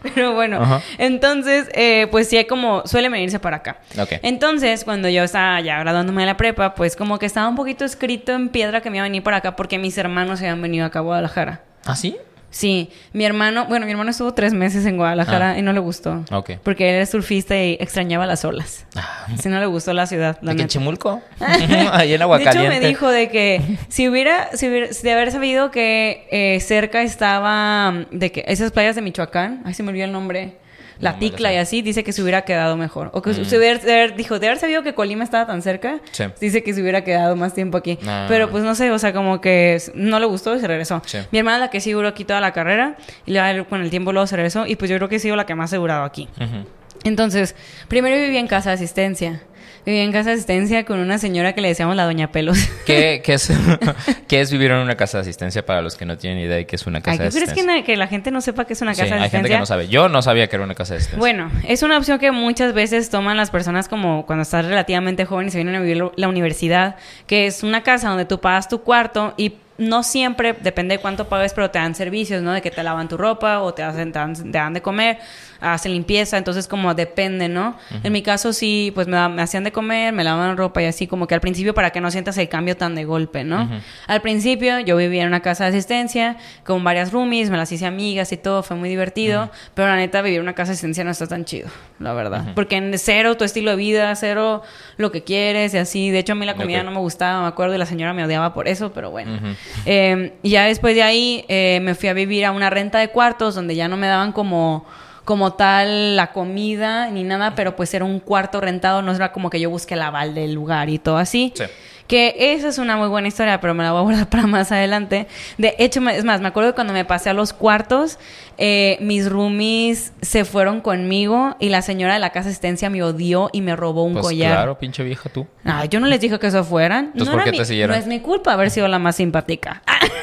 Pero bueno, Ajá. entonces, eh, pues sí, como suele venirse para acá. Ok. Entonces, cuando yo estaba ya graduándome de la prepa, pues como que estaba un poquito escrito en piedra que me iba a venir para acá porque mis hermanos se habían venido acá a Guadalajara. ¿Ah, sí? Sí, mi hermano, bueno, mi hermano estuvo tres meses en Guadalajara Ah. y no le gustó. Ok. Porque él es surfista y extrañaba las olas. Ah. Sí, no le gustó la ciudad, la ¿De qué, en neta. Chimulco? Ahí en De Aguacaliente. hecho, me dijo de que si hubiera, si hubiera, si de haber sabido que eh, cerca estaba, mm, de que esas playas de Michoacán, ay, se me olvidó el nombre, La No me lo Ticla sé. y así, dice que se hubiera quedado mejor. O que Mm. se hubiera, de haber- dijo, de haber sabido que Colima estaba tan cerca, Sí. dice que se hubiera quedado más tiempo aquí. Ah. Pero pues no sé, o sea, como que s- no le gustó y se regresó. Sí. Mi hermana la que sí duró aquí toda la carrera y luego con el tiempo luego se regresó y pues yo creo que he sido la que más he durado aquí. Ujú. Entonces, primero viví en casa de asistencia. Viví en casa de asistencia con una señora que le decíamos la Doña Pelos. ¿Qué, qué, es, ¿Qué es vivir en una casa de asistencia para los que no tienen idea de qué es una casa Ay, de ¿tú crees asistencia? que, na- que la gente no sepa que es una Sí, casa de hay asistencia? gente que no sabe. Yo no sabía que era una casa de asistencia. Bueno, es una opción que muchas veces toman las personas como cuando estás relativamente joven y se vienen a vivir lo- la universidad, que es una casa donde tú pagas tu cuarto y no siempre, depende de cuánto pagues, pero te dan servicios, ¿no? De que te lavan tu ropa o te, hacen, te, dan, te dan de comer, hacen limpieza, entonces como depende, ¿no? Uh-huh. En mi caso sí, pues me, me hacían de comer, me lavaban ropa y así, como que al principio para que no sientas el cambio tan de golpe, ¿no? Uh-huh. Al principio yo vivía en una casa de asistencia con varias roomies, me las hice amigas y todo, fue muy divertido, uh-huh. pero la neta vivir en una casa de asistencia no está tan chido, la verdad. Uh-huh. Porque en cero tu estilo de vida, cero lo que quieres y así. De hecho a mí la comida okay. no me gustaba, me acuerdo, y la señora me odiaba por eso, pero bueno. Uh-huh. Eh, y ya después de ahí eh, me fui a vivir a una renta de cuartos donde ya no me daban como, como tal la comida ni nada, pero pues era un cuarto rentado, no era como que yo busqué el aval del lugar y todo así. Sí. Que esa es una muy buena historia, pero me la voy a guardar para más adelante. De hecho, es más, me acuerdo que cuando me pasé a los cuartos, eh, mis roomies se fueron conmigo y la señora de la casa de asistencia me odió y me robó un pues collar. Claro, pinche vieja tú. Ay, yo no les dije que eso fueran. Entonces, no ¿por qué mi, te siguieron? No es mi culpa haber sido la más simpática.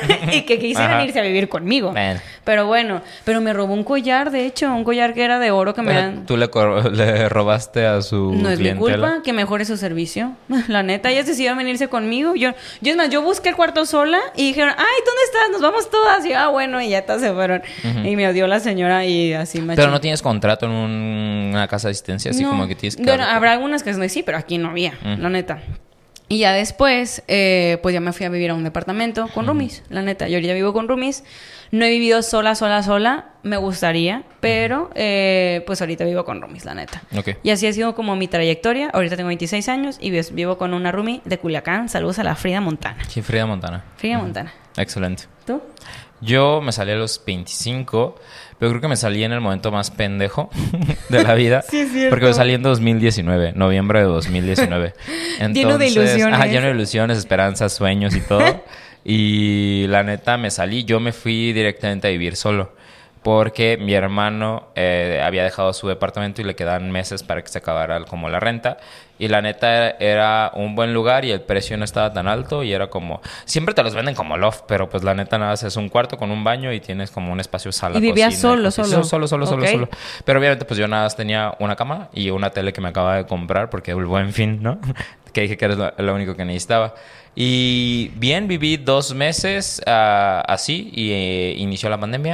Y que quisieran Ajá. irse a vivir conmigo. Man. Pero bueno, pero me robó un collar, de hecho, un collar que era de oro que pero me dan. ¿Tú le, le robaste a su No es clientela? mi culpa que mejore su servicio. La neta, ellas decidieron venirse conmigo. Yo, yo es más, yo busqué el cuarto sola y dijeron, ay, ¿dónde estás? Nos vamos todas. Y yo, ah, bueno, y ya todas se fueron. Uh-huh. Y me odió la señora y así machín. Pero no tienes contrato en un, una casa de asistencia, así no. como que tienes que... Bueno, habrá algunas que sí, pero aquí no había, uh-huh. la neta. Y ya después, eh, pues ya me fui a vivir a un departamento con roomies, la neta. Yo ahorita vivo con roomies. No he vivido sola, sola, sola. Me gustaría, pero eh, pues ahorita vivo con roomies, la neta. Okay. Y así ha sido como mi trayectoria. Ahorita tengo veintiséis años y vivo con una roomie de Culiacán. Saludos a la Frida Montana. Sí, Frida Montana. Frida uh-huh. Montana. Excelente. ¿Tú? Yo me salí a los veinticinco, pero creo que me salí en el momento más pendejo de la vida. Sí, es cierto. Porque me salí en dos mil diecinueve, noviembre de dos mil diecinueve. Entonces, lleno de ilusiones. Ah, lleno de ilusiones, esperanzas, sueños y todo. Y la neta me salí, yo me fui directamente a vivir solo. Porque mi hermano eh, había dejado su departamento y le quedaban meses para que se acabara como la renta. Y la neta era un buen lugar y el precio no estaba tan alto. Y era como... Siempre te los venden como loft, pero pues la neta nada, es un cuarto con un baño y tienes como un espacio sala, ¿Y vivías cocina, solo, cocina. solo? Solo, solo, solo, okay. solo. Pero obviamente pues yo nada más tenía una cama y una tele que me acababa de comprar porque el buen fin, ¿no? Que dije que era lo, lo único que necesitaba. Y bien, viví dos meses uh, así y eh, inició la pandemia.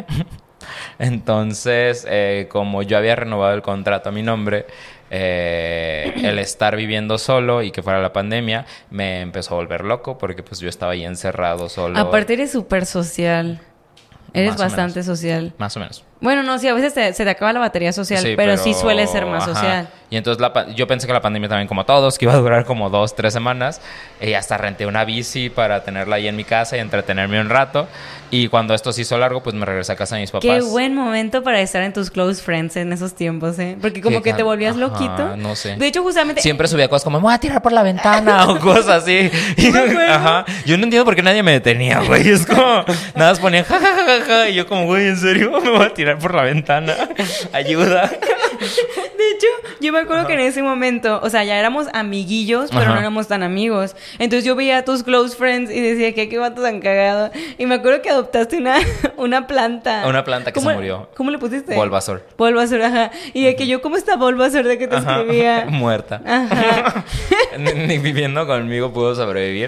Entonces, eh, como yo había renovado el contrato a mi nombre, eh, el estar viviendo solo y que fuera la pandemia me empezó a volver loco porque pues yo estaba ahí encerrado solo. Aparte eres súper social. Eres Más o bastante menos. social. Más o menos. Bueno, no, sí, a veces te, se te acaba la batería social, Sí, pero, pero sí suele ser más ajá. social. Y entonces la, yo pensé que la pandemia también, como todos, que iba a durar como dos, tres semanas. Y hasta renté una bici para tenerla ahí en mi casa y entretenerme un rato. Y cuando esto se hizo largo, pues me regresé a casa de mis papás. Qué buen momento para estar en tus close friends en esos tiempos, ¿eh? Porque como que te volvías ajá, loquito. No sé. De hecho, justamente... Siempre subía cosas como, me voy a tirar por la ventana o cosas así. Y, ajá. Yo no entiendo por qué nadie me detenía, güey. Es como, nada más ponían ja, ja, ja, ja, ja. Y yo como, güey, ¿en serio? Me voy a tirar por la ventana. Ayuda. De hecho, yo me acuerdo Ajá. que en ese momento, o sea, ya éramos amiguillos, pero Ajá. no éramos tan amigos. Entonces yo veía a tus close friends y decía, ¿qué, qué vato tan cagado? Y me acuerdo que adoptaste una, una planta. Una planta que ¿Cómo, se murió. ¿Cómo le pusiste? Bulbasaur. Bulbasaur, ajá. Y de que yo, ¿cómo está Bulbasaur? De que te Ajá. escribía. Muerta. Ajá. ni, ni viviendo conmigo pudo sobrevivir.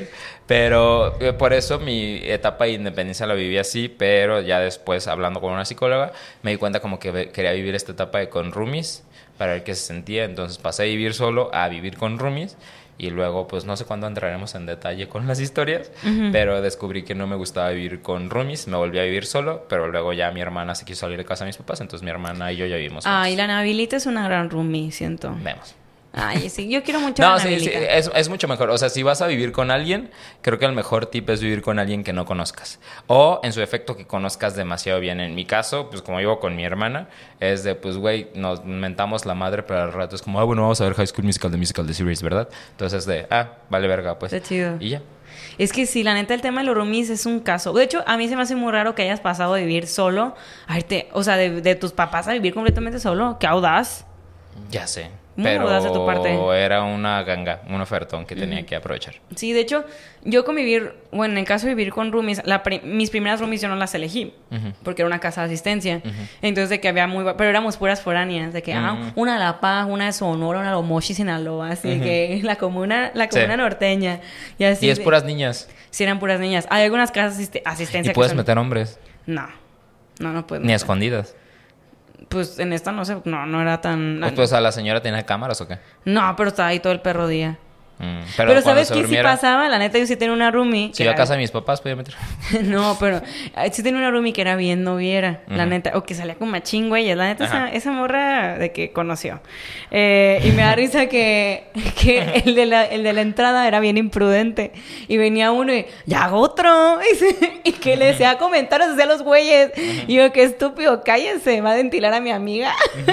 Pero eh, por eso mi etapa de independencia la viví así, pero ya después, hablando con una psicóloga, me di cuenta como que ve- quería vivir esta etapa de con roomies para ver qué se sentía. Entonces pasé a vivir solo a vivir con roomies. Y luego, pues no sé cuándo entraremos en detalle con las historias, uh-huh. pero descubrí que no me gustaba vivir con roomies, me volví a vivir solo, pero luego ya mi hermana se quiso salir de casa de mis papás, entonces mi hermana y yo ya vivimos juntos. Ay, la Nabilita es una gran roomie, siento. Vemos. Ay, sí, yo quiero mucho no, a la sí, Nabilita. sí, es, es mucho mejor. O sea, si vas a vivir con alguien, creo que el mejor tip es vivir con alguien que no conozcas. O, en su efecto, que conozcas demasiado bien. En mi caso, pues como vivo con mi hermana, es de, pues, güey, nos mentamos la madre, pero al rato es como, ah, bueno, vamos a ver High School Musical, The Musical, The Series, ¿verdad? Entonces es de, ah, vale verga, pues. Está chido. Y ya. Es que sí, la neta, el tema de los roomies es un caso. De hecho, a mí se me hace muy raro que hayas pasado de vivir solo, a irte, o sea, de, de tus papás a vivir completamente solo. ¡Qué audaz! Ya sé. Muy Pero audaz de tu parte. Era una ganga, un ofertón que tenía uh-huh. que aprovechar. Sí, de hecho, yo con vivir, bueno, en el caso de vivir con roomies, la pri- mis primeras roomies yo no las elegí, uh-huh. porque era una casa de asistencia. Uh-huh. Entonces, de que había muy... Pero éramos puras foráneas, de que, uh-huh. ah, una de La Paz, una de Sonora, una de Lomochi, Sinaloa, así uh-huh. que la comuna, la comuna sí. norteña. Y, así y es de, puras niñas. Sí, eran puras niñas. Hay algunas casas asist- asistencia ¿Y puedes que son... meter hombres? No, no, no puedes Ni meter. a escondidas. Pues en esta no sé, no, no era tan... Pues, pues a la señora tenía cámaras o qué. No, pero estaba ahí todo el perro día. Mm, pero, pero ¿sabes qué sí pasaba? La neta, yo sí tenía una roomie. Si iba a casa de mis papás, podía meter. No, pero sí tenía una roomie que era bien noviera, uh-huh. la neta. O que salía con machín, güey. La neta, esa, esa morra de que conoció. Eh, y me da risa que, que el, de la, el de la entrada era bien imprudente. Y venía uno y, ya hago otro. Y, se, y que le decía comentarios hacia los güeyes. Uh-huh. Y yo, qué estúpido, cállense, va a ventilar a mi amiga.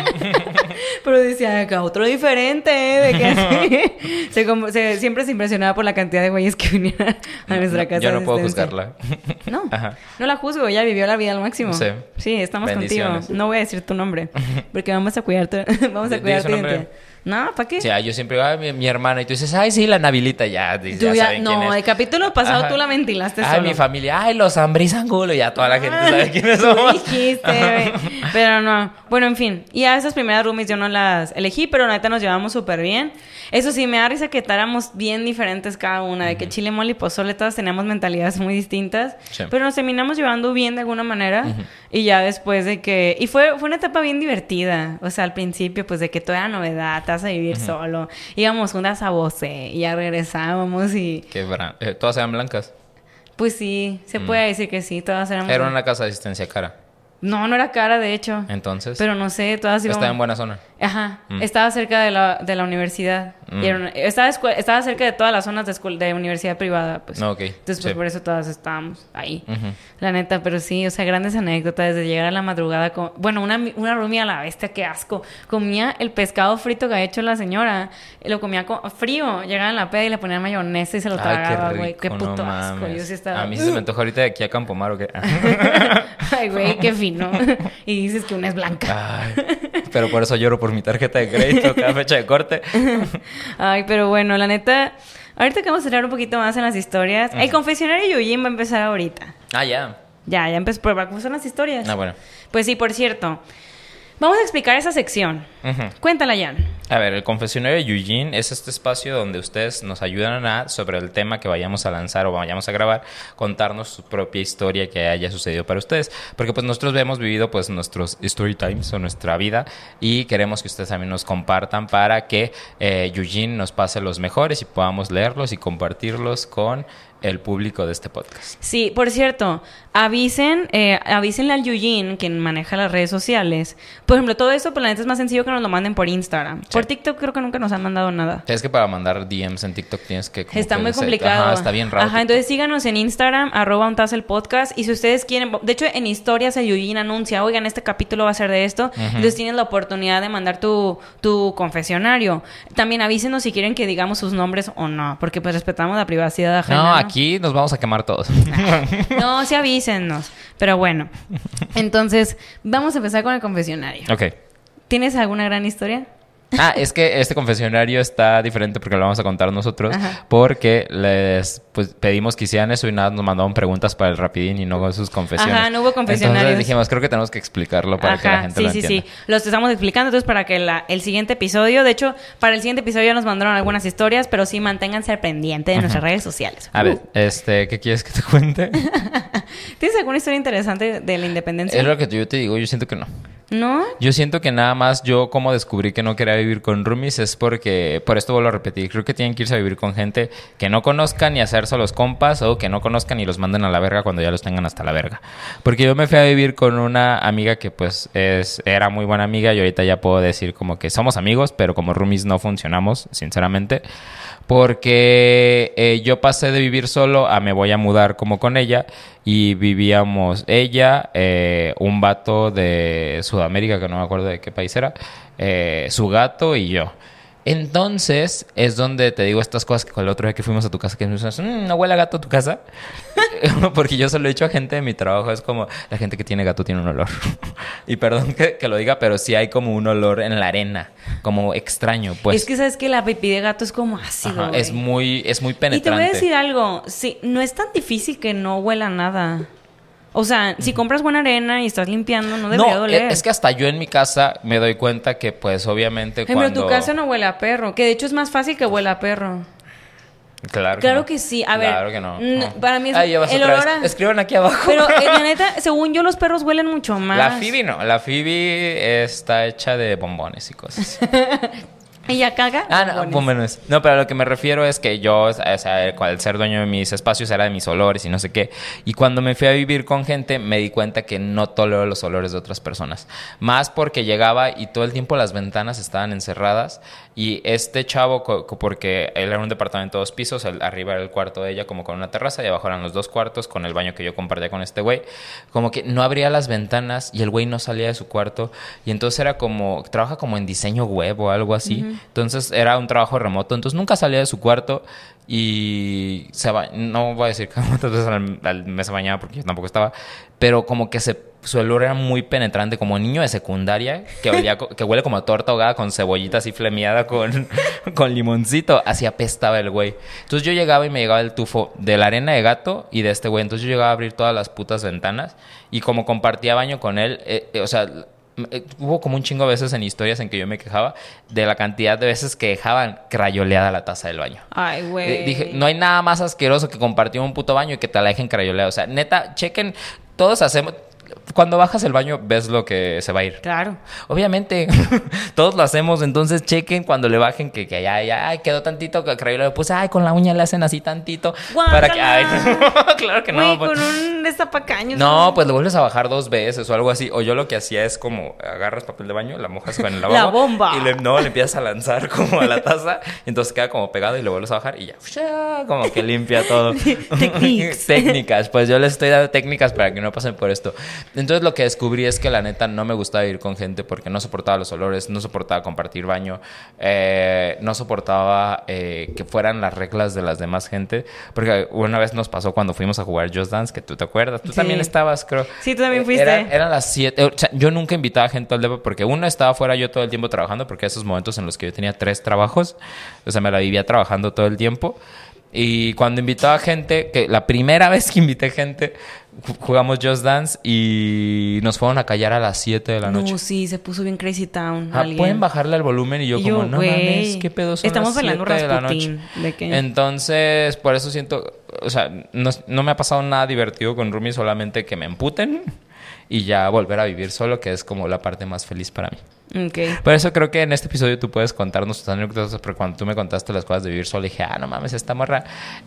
Pero decía, que otro diferente, ¿eh? De que así. se, como, se, siempre se impresionaba por la cantidad de güeyes que venían a nuestra no, casa. Yo no puedo juzgarla. No, Ajá. no la juzgo, ella vivió la vida al máximo. Sí. Sí, estamos contigo. No voy a decir tu nombre, porque vamos a cuidarte, vamos a cuidar tu identidad. No, ¿para qué? O sea, yo siempre digo, ah, mi, mi hermana. Y tú dices, ay, sí, la Nabilita. Ya, ya, tú ya saben no, quién es. El capítulo pasado Ajá. tú la ventilaste ay, solo. mi familia. Ay, los Ambrizangulo. Ya toda la gente sabe quiénes somos. Dijiste, güey. Pero no. Bueno, en fin. Y a esas primeras roomies yo no las elegí, pero neta nos llevamos súper bien. Eso sí, me da risa que éramos bien diferentes cada una. De uh-huh. que chile, mole y pozole, todas teníamos mentalidades muy distintas. Sí. Pero nos terminamos llevando bien de alguna manera. Uh-huh. Y ya después de que... Y fue, fue una etapa bien divertida. O sea, al principio, pues de que toda era novedad. Te vas a vivir uh-huh. solo. Íbamos juntas a Voce y ya regresábamos y... ¿Qué bran- eh, ¿Todas eran blancas? Pues sí, se mm. puede decir que sí, todas eran... Era una casa de asistencia cara. No, no era cara, de hecho. Entonces... Pero no sé, todas íbamos... Estaba en buena zona. Ajá. Mm. Estaba cerca de la, de la universidad. Mm. Y era una... estaba, escu... estaba cerca de todas las zonas de, escu... de universidad privada, pues. No, okay. Entonces, pues, sí. por eso todas estábamos ahí. Uh-huh. La neta, pero sí, o sea, grandes anécdotas. Desde llegar a la madrugada con... Bueno, una, una roomie a la bestia, qué asco. Comía el pescado frito que había hecho la señora. Lo comía con... frío. Llegaba en la peda y le ponían mayonesa y se lo tragaba, güey. Qué, qué puto no asco. Yo sí estaba... A mí se me antoja ahorita de aquí a Campomar, ¿o qué? Ay, güey, qué fino. Y dices que una es blanca. Ay, pero por eso lloro por mi tarjeta de crédito cada fecha de corte. Ay, pero bueno, la neta... Ahorita que vamos a hablar un poquito más en las historias. Uh-huh. El confesionario de Yujin va a empezar ahorita. Ah, ya. Ya, ya empezó. Pero ¿cómo son las historias? Ah, bueno. Pues sí, por cierto. Vamos a explicar esa sección. Uh-huh. Cuéntala, Jan. A ver, el confesionario de Yujin es este espacio donde ustedes nos ayudan a, sobre el tema que vayamos a lanzar o vayamos a grabar, contarnos su propia historia que haya sucedido para ustedes. Porque pues nosotros hemos vivido pues nuestros story times o nuestra vida y queremos que ustedes también nos compartan para que eh, Yujin nos pase los mejores y podamos leerlos y compartirlos con el público de este podcast. Sí, por cierto, avisen, eh, avísenle al Yujin, quien maneja las redes sociales. Por ejemplo, todo eso, pues la neta es más sencillo que nos lo manden por Instagram. Sí. Por TikTok creo que nunca nos han mandado nada. Es que para mandar D Ms en TikTok tienes que... Como está que muy complicado. Ajá, está bien raro. Ajá, TikTok. Entonces síganos en Instagram, arroba un taza el podcast. Y si ustedes quieren... De hecho, en historias el Yujin anuncia, oigan, este capítulo va a ser de esto. Uh-huh. Entonces tienes la oportunidad de mandar tu, tu confesionario. También avísenos si quieren que digamos sus nombres o no. Porque pues respetamos la privacidad ajena. No, ¿no? aquí nos vamos a quemar todos. No, sí avísennos. Pero bueno. Entonces, vamos a empezar con el confesionario. Ok. ¿Tienes alguna gran historia? Ah, es que este confesionario está diferente porque lo vamos a contar nosotros. Ajá. Porque les pues, pedimos que hicieran eso y nada, nos mandaron preguntas para el Rapidín y no sus confesiones. Ajá, no hubo confesionarios. Entonces dijimos, creo que tenemos que explicarlo para Ajá, que la gente sí, lo sí, entienda. Sí, sí, sí. Los estamos explicando. Entonces, para que la, el siguiente episodio... De hecho, para el siguiente episodio ya nos mandaron algunas historias, pero sí, manténganse al pendiente de Ajá. nuestras redes sociales. A uh. ver, este, ¿qué quieres que te cuente? ¿Tienes alguna historia interesante de la independencia? Es lo que yo te digo, yo siento que no. ¿No? Yo siento que nada más yo como descubrí que no quería vivir con roomies es porque, por esto vuelvo a repetir, creo que tienen que irse a vivir con gente que no conozcan y hacerse a los compas o que no conozcan y los manden a la verga cuando ya los tengan hasta la verga. Porque yo me fui a vivir con una amiga que pues es, era muy buena amiga y ahorita ya puedo decir como que somos amigos, pero como roomies no funcionamos, sinceramente. Porque eh, yo pasé de vivir solo a me voy a mudar como con ella y vivíamos ella, eh, un vato de Sudamérica que no me acuerdo de qué país era, eh, su gato y yo. Entonces es donde te digo estas cosas que con el otro día que fuimos a tu casa que me dices, mmm, ¿no huele a gato a tu casa? Porque yo se lo he dicho a gente de mi trabajo, es como la gente que tiene gato tiene un olor. Y perdón que, que lo diga, pero sí hay como un olor en la arena, como extraño, pues. Es que sabes que la pipí de gato es como ácido. Ajá, es muy, es muy penetrante. Y te voy a decir algo, sí, no es tan difícil que no huela nada. O sea, si compras buena arena y estás limpiando, no debería no, doler. Es que hasta yo en mi casa me doy cuenta que, pues, obviamente Pero cuando... tu casa no huele a perro. Que de hecho es más fácil que huela a perro. Claro que Claro no. que sí. A ver. Claro que no. no. Para mí es Ay, ya vas el otra olor vez. a... Escriban aquí abajo. Pero, eh, la neta, según yo, los perros huelen mucho más. La Phoebe no. La Phoebe está hecha de bombones y cosas. ¿Ella caga? Ah, no, bombones. No, pero a lo que me refiero es que yo, o sea, al ser dueño de mis espacios era de mis olores y no sé qué. Y cuando me fui a vivir con gente, me di cuenta que no tolero los olores de otras personas. Más porque llegaba y todo el tiempo las ventanas estaban encerradas. Y este chavo, porque él era un departamento de dos pisos, el, arriba era el cuarto de ella como con una terraza y abajo eran los dos cuartos con el baño que yo compartía con este güey. Como que no abría las ventanas y el güey no salía de su cuarto. Y entonces era como, trabaja como en diseño web o algo así. Uh-huh. Entonces era un trabajo remoto. Entonces nunca salía de su cuarto y se ba- no voy a decir cuántas veces al, al mes se bañaba porque yo tampoco estaba, pero como que se, su olor era muy penetrante, como niño de secundaria que, olía, que huele como a torta ahogada con cebollita así flemeada con, con limoncito. Así apestaba el güey. Entonces yo llegaba y me llegaba el tufo de la arena de gato y de este güey. Entonces yo llegaba a abrir todas las putas ventanas y como compartía baño con él, eh, eh, o sea... Hubo como un chingo de veces en historias en que yo me quejaba de la cantidad de veces que dejaban crayoleada la taza del baño. Ay, güey. Dije, no hay nada más asqueroso que compartir un puto baño y que te la dejen crayoleada. O sea, neta, chequen, todos hacemos... Cuando bajas el baño, ves lo que se va a ir. Claro. Obviamente, todos lo hacemos. Entonces, chequen cuando le bajen que, que ya, ya, ay, quedó tantito. Que le puse, ay, con la uña le hacen así tantito. ¡Guácala! Para que, ay, claro que no. Güey, Pues, con un destapacaños. no, pues lo vuelves a bajar dos veces o algo así. O yo lo que hacía es como agarras papel de baño, la mojas con el lavabo. La bomba. Y le, no, le empiezas a lanzar como a la taza. Y entonces queda como pegado y lo vuelves a bajar y ya, como que limpia todo. Técnicas. Técnicas. Pues yo les estoy dando técnicas para que no pasen por esto. Entonces lo que descubrí es que la neta no me gustaba vivir con gente porque no soportaba los olores, no soportaba compartir baño, eh, no soportaba eh, que fueran las reglas de las demás gente. Porque una vez nos pasó cuando fuimos a jugar Just Dance, que tú te acuerdas. Tú Sí. también estabas, creo. Sí, tú también fuiste. Eran, eran las siete. O sea, yo nunca invitaba gente al depa porque uno estaba fuera yo todo el tiempo trabajando, porque esos momentos en los que yo tenía tres trabajos, o sea, me la vivía trabajando todo el tiempo. Y cuando invitaba gente, que la primera vez que invité gente, jugamos Just Dance y nos fueron a callar a las siete de la noche. No, sí, se puso bien Crazy Town. Ah, pueden bajarle el volumen y yo, Y como, yo, no güey, mames, qué pedo son estamos las bailando siete de la Rasputín, noche. ¿de qué? Entonces, por eso siento, o sea, no, no me ha pasado nada divertido con roomies, solamente que me emputen y ya volver a vivir solo, que es como la parte más feliz para mí. Okay. Por eso creo que en este episodio tú puedes contarnos tus anécdotas, porque cuando tú me contaste las cosas de vivir solo, dije, ah, no mames, esta morra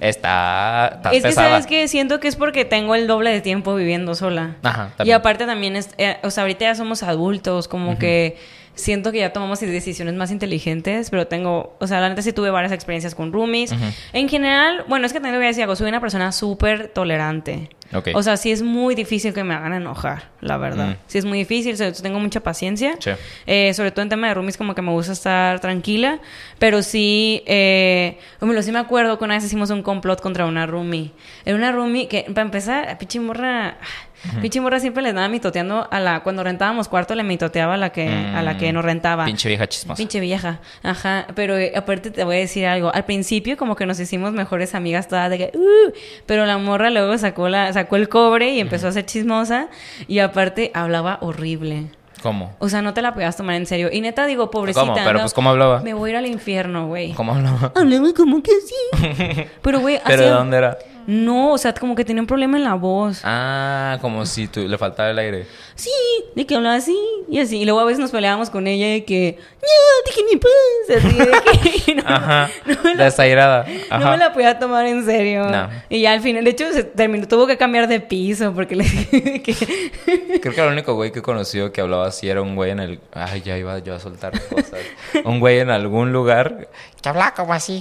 está, está es que, pesada. ¿sabes qué? Siento que es porque tengo el doble de tiempo viviendo sola. Ajá, Y también. aparte también, es, eh, o sea, ahorita ya somos adultos, como uh-huh. que siento que ya tomamos decisiones más inteligentes, pero tengo, o sea, la neta sí tuve varias experiencias con roomies. Uh-huh. En general, bueno, es que también te voy a decir algo, soy una persona súper tolerante. Okay. O sea, sí es muy difícil que me hagan enojar, la verdad. Mm. Sí es muy difícil, o sea, tengo mucha paciencia. Sí. Eh, sobre todo en tema de roomies, como que me gusta estar tranquila. Pero sí, eh, bueno, sí me acuerdo que una vez hicimos un complot contra una roomie. Era una roomie que, para empezar, pinche morra... Uh-huh. Pinche morra siempre le andaba mitoteando a la... Cuando rentábamos cuarto, le mitoteaba a la que, mm. a la que nos rentaba. Pinche vieja chismosa. Pinche vieja. Ajá. Pero eh, aparte te voy a decir algo. Al principio como que nos hicimos mejores amigas todas de que... Uh, pero la morra luego sacó, la, sacó el cobre y empezó uh-huh. a ser chismosa. Y aparte hablaba horrible. ¿Cómo? O sea, no te la podías tomar en serio. Y neta, digo, pobrecita. ¿Cómo? Pero no, pues, ¿cómo hablaba? Me voy a ir al infierno, güey. ¿Cómo hablaba? Hablaba como que sí. Pero, güey, ¿Pero de dónde era? No, o sea, como que tenía un problema en la voz. Ah, como si tú, le faltaba el aire. Sí, de que hablaba así y así. Y luego a veces nos peleábamos con ella de que... ¡Ya, déjenme paz! Así de que... No, Ajá, no me la, desairada. Ajá. No me la podía tomar en serio. No. Y ya al final, de hecho, se terminó, tuvo que cambiar de piso porque le dije que... Creo que el único güey que he conocido que hablaba así era un güey en el... Ay, ya iba yo a soltar cosas. Un güey en algún lugar que hablaba como así.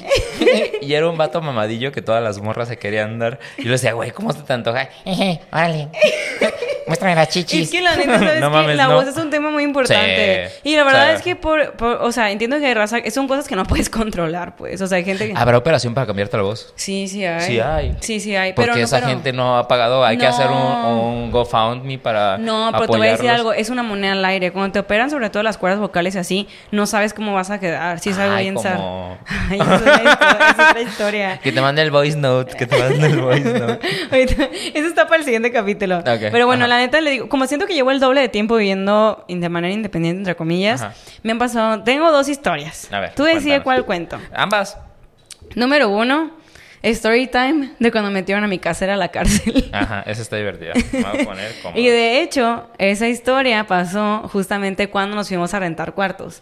Y era un vato mamadillo que todas las morras se querían dar. Y yo le decía, güey, ¿cómo se te antoja? Eje, órale. Muéstrame las chichis. Es que la neta, ¿sabes no, que mames, la no. voz es un tema muy importante. Sí, y la verdad sí. es que por, por... O sea, entiendo que hay raza... Son cosas que no puedes controlar, pues. O sea, hay gente que... ¿Habrá operación para cambiarte la voz? Sí, sí hay. Sí hay. Sí, sí hay. Porque pero esa no, pero... gente no ha pagado. Hay no. que hacer un, un GoFundMe para No, pero apoyarlos. te voy a decir algo. Es una moneda al aire. Cuando te operan, sobre todo las cuerdas vocales y así, no sabes cómo vas a quedar. Sí es algo Ay, bien como... sad. Ay, es otra historia. Es otra historia. Que te mande el voice note. Que te mande el voice note. Eso está para el siguiente capítulo. Okay. Pero bueno, Ajá. la neta le digo... Como siento que llevo el doble de tiempo viviendo de manera independiente, entre comillas, Ajá. me han pasado... Tengo dos historias. A ver, Tú decides cuál cuento. Ambas. Número uno, story time de cuando metieron a mi casera a la cárcel. Ajá, esa está divertida. Me voy a poner como... Y de hecho, esa historia pasó justamente cuando nos fuimos a rentar cuartos.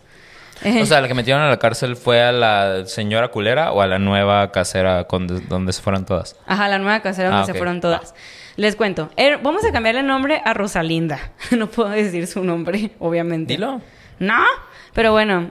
O sea, la que metieron a la cárcel fue a la señora culera o a la nueva casera con de, donde se fueron todas. Ajá, la nueva casera donde ah, okay. se fueron todas. Ah. Les cuento. Er, vamos a cambiarle el nombre a Rosalinda. No puedo decir su nombre, obviamente. Dilo. No, pero bueno.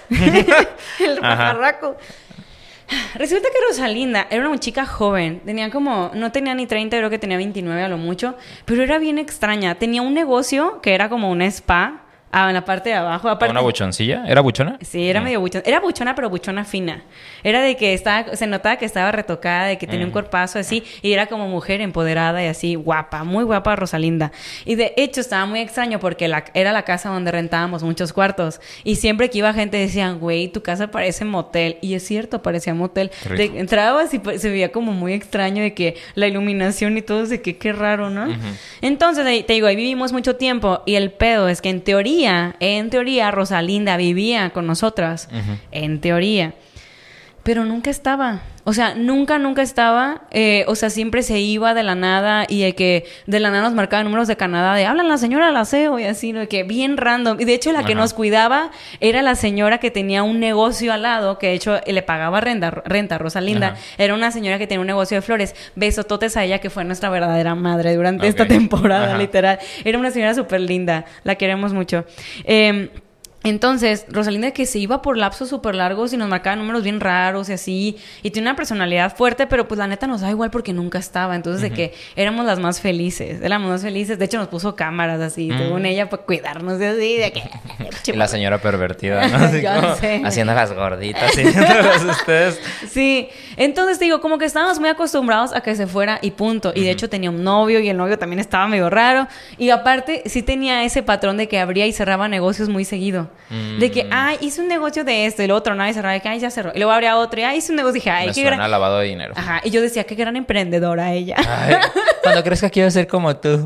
El pajarraco. Resulta que Rosalinda era una chica joven. Tenía como... No tenía ni treinta, creo que tenía veintinueve a lo mucho. Pero era bien extraña. Tenía un negocio que era como un spa... Ah, en la parte de abajo. Aparte, ¿una buchoncilla? ¿Era buchona? Sí, era mm. medio buchona. Era buchona, pero buchona fina. Era de que estaba... Se notaba que estaba retocada, de que tenía mm. un cuerpazo así. Y era como mujer empoderada y así, guapa. Muy guapa Rosalinda. Y de hecho, estaba muy extraño porque la, era la casa donde rentábamos muchos cuartos. Y siempre que iba gente decían, güey, tu casa parece motel. Y es cierto, parecía motel. De, entrabas y se veía como muy extraño de que la iluminación y todo, de que qué raro, ¿no? Uh-huh. Entonces, te digo, ahí vivimos mucho tiempo. Y el pedo es que en teoría... En teoría, Rosalinda vivía con nosotras. Uh-huh. En teoría. Pero nunca estaba. O sea, nunca, nunca estaba. Eh, o sea, siempre se iba de la nada. Y de que de la nada nos marcaba números de Canadá. De, hablan la señora del aseo. Y así, ¿no? De que bien random. Y de hecho, la Ajá. que nos cuidaba era la señora que tenía un negocio al lado. Que de hecho, le pagaba renta, renta a Rosalinda. Ajá. Era una señora que tenía un negocio de flores. Besototes a ella, que fue nuestra verdadera madre durante okay. esta temporada, Ajá. literal. Era una señora súper linda. La queremos mucho. Eh... Entonces, Rosalinda que se iba por lapsos súper largos y nos marcaba números bien raros y así. Y tiene una personalidad fuerte, pero pues la neta nos da igual porque nunca estaba. Entonces, uh-huh. de que éramos las más felices. Éramos más felices. De hecho, nos puso cámaras así, uh-huh. según ella, para cuidarnos de así. De que... La señora pervertida, ¿no? Así como sé. Haciendo las gorditas. ustedes. Sí. Entonces, te digo, como que estábamos muy acostumbrados a que se fuera y punto. Y uh-huh. de hecho, tenía un novio y el novio también estaba medio raro. Y aparte, sí tenía ese patrón de que abría y cerraba negocios muy seguido. Mm. De que, ay, hice un negocio de esto. Y luego otro, nadie cerraba. De que, ay, ya cerró. Y luego abría otro. Y, ay, hice un negocio. Y dije, ay, Me qué suena gran... lavado de dinero. Ajá. Y yo decía, qué gran emprendedora ella. Ay, cuando crezca quiero ser como tú.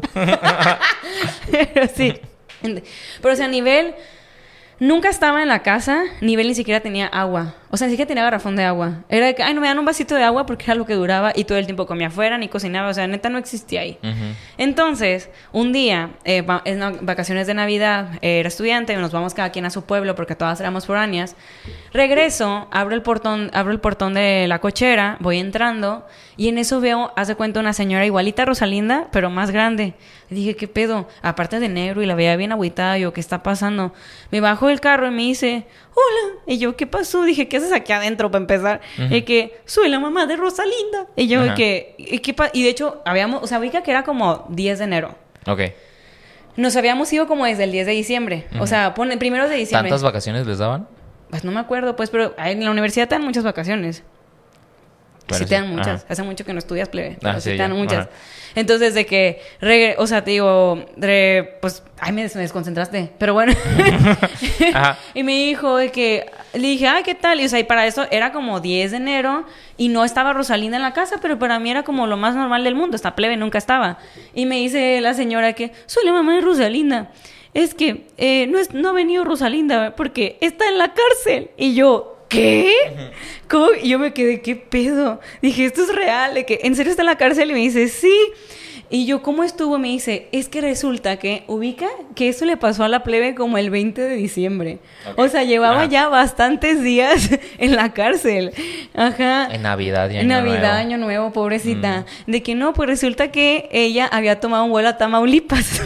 Pero sí. Pero, o sea, a nivel... Nunca estaba en la casa, nivel ni siquiera tenía agua. O sea, ni siquiera tenía garrafón de agua. Era de que, ay, no me dan un vasito de agua porque era lo que duraba y todo el tiempo comía afuera ni cocinaba. O sea, neta no existía ahí. Uh-huh. Entonces, un día, eh, va- en vacaciones de Navidad, eh, era estudiante y nos vamos cada quien a su pueblo porque todas éramos foráneas. Regreso, abro el portón, abro el portón de la cochera, voy entrando y en eso veo, haz de cuenta, una señora igualita a Rosalinda, pero más grande. Y dije, ¿qué pedo? Aparte de negro y la veía bien agüitada. Yo, ¿qué está pasando? Me bajo del carro y me dice, hola. Y yo, ¿qué pasó? Dije, ¿qué haces aquí adentro para empezar? Uh-huh. Y que, soy la mamá de Rosalinda. Y yo, uh-huh. que, y, ¿qué pa-? Y de hecho, habíamos, o sea, ubica que era como diez de enero. Ok. Nos habíamos ido como desde el diez de diciembre. Uh-huh. O sea, pone, primeros de diciembre. ¿Tantas vacaciones les daban? Pues no me acuerdo, pues, pero en la universidad te dan muchas vacaciones. Pero sí te dan muchas. Ajá. Hace mucho que no estudias plebe, pero ah, sí, sí te dan ya. muchas. Ajá. Entonces, de que, regre- o sea, te digo, re- pues, ay, me, des- me desconcentraste, pero bueno. Ajá. Y me dijo de que, le dije, ay, ¿qué tal? Y, o sea, y para eso era como diez de enero y no estaba Rosalinda en la casa, pero para mí era como lo más normal del mundo. Esta plebe nunca estaba. Y me dice la señora que, soy la mamá de Rosalinda. Es que eh, no, es, no ha venido Rosalinda porque está en la cárcel. Y yo... ¿Qué? ¿Cómo? Y yo me quedé, ¿qué pedo? Dije, esto es real, de que ¿en serio está en la cárcel? Y me dice, sí. Y yo, ¿cómo estuvo? Me dice, es que resulta que ubica que eso le pasó a la plebe como el veinte de diciembre. Okay. O sea, llevaba ah. ya bastantes días en la cárcel. Ajá. En Navidad y Año En Navidad, Nuevo. Año Nuevo, pobrecita. Mm. De que no, pues resulta que ella había tomado un vuelo a Tamaulipas.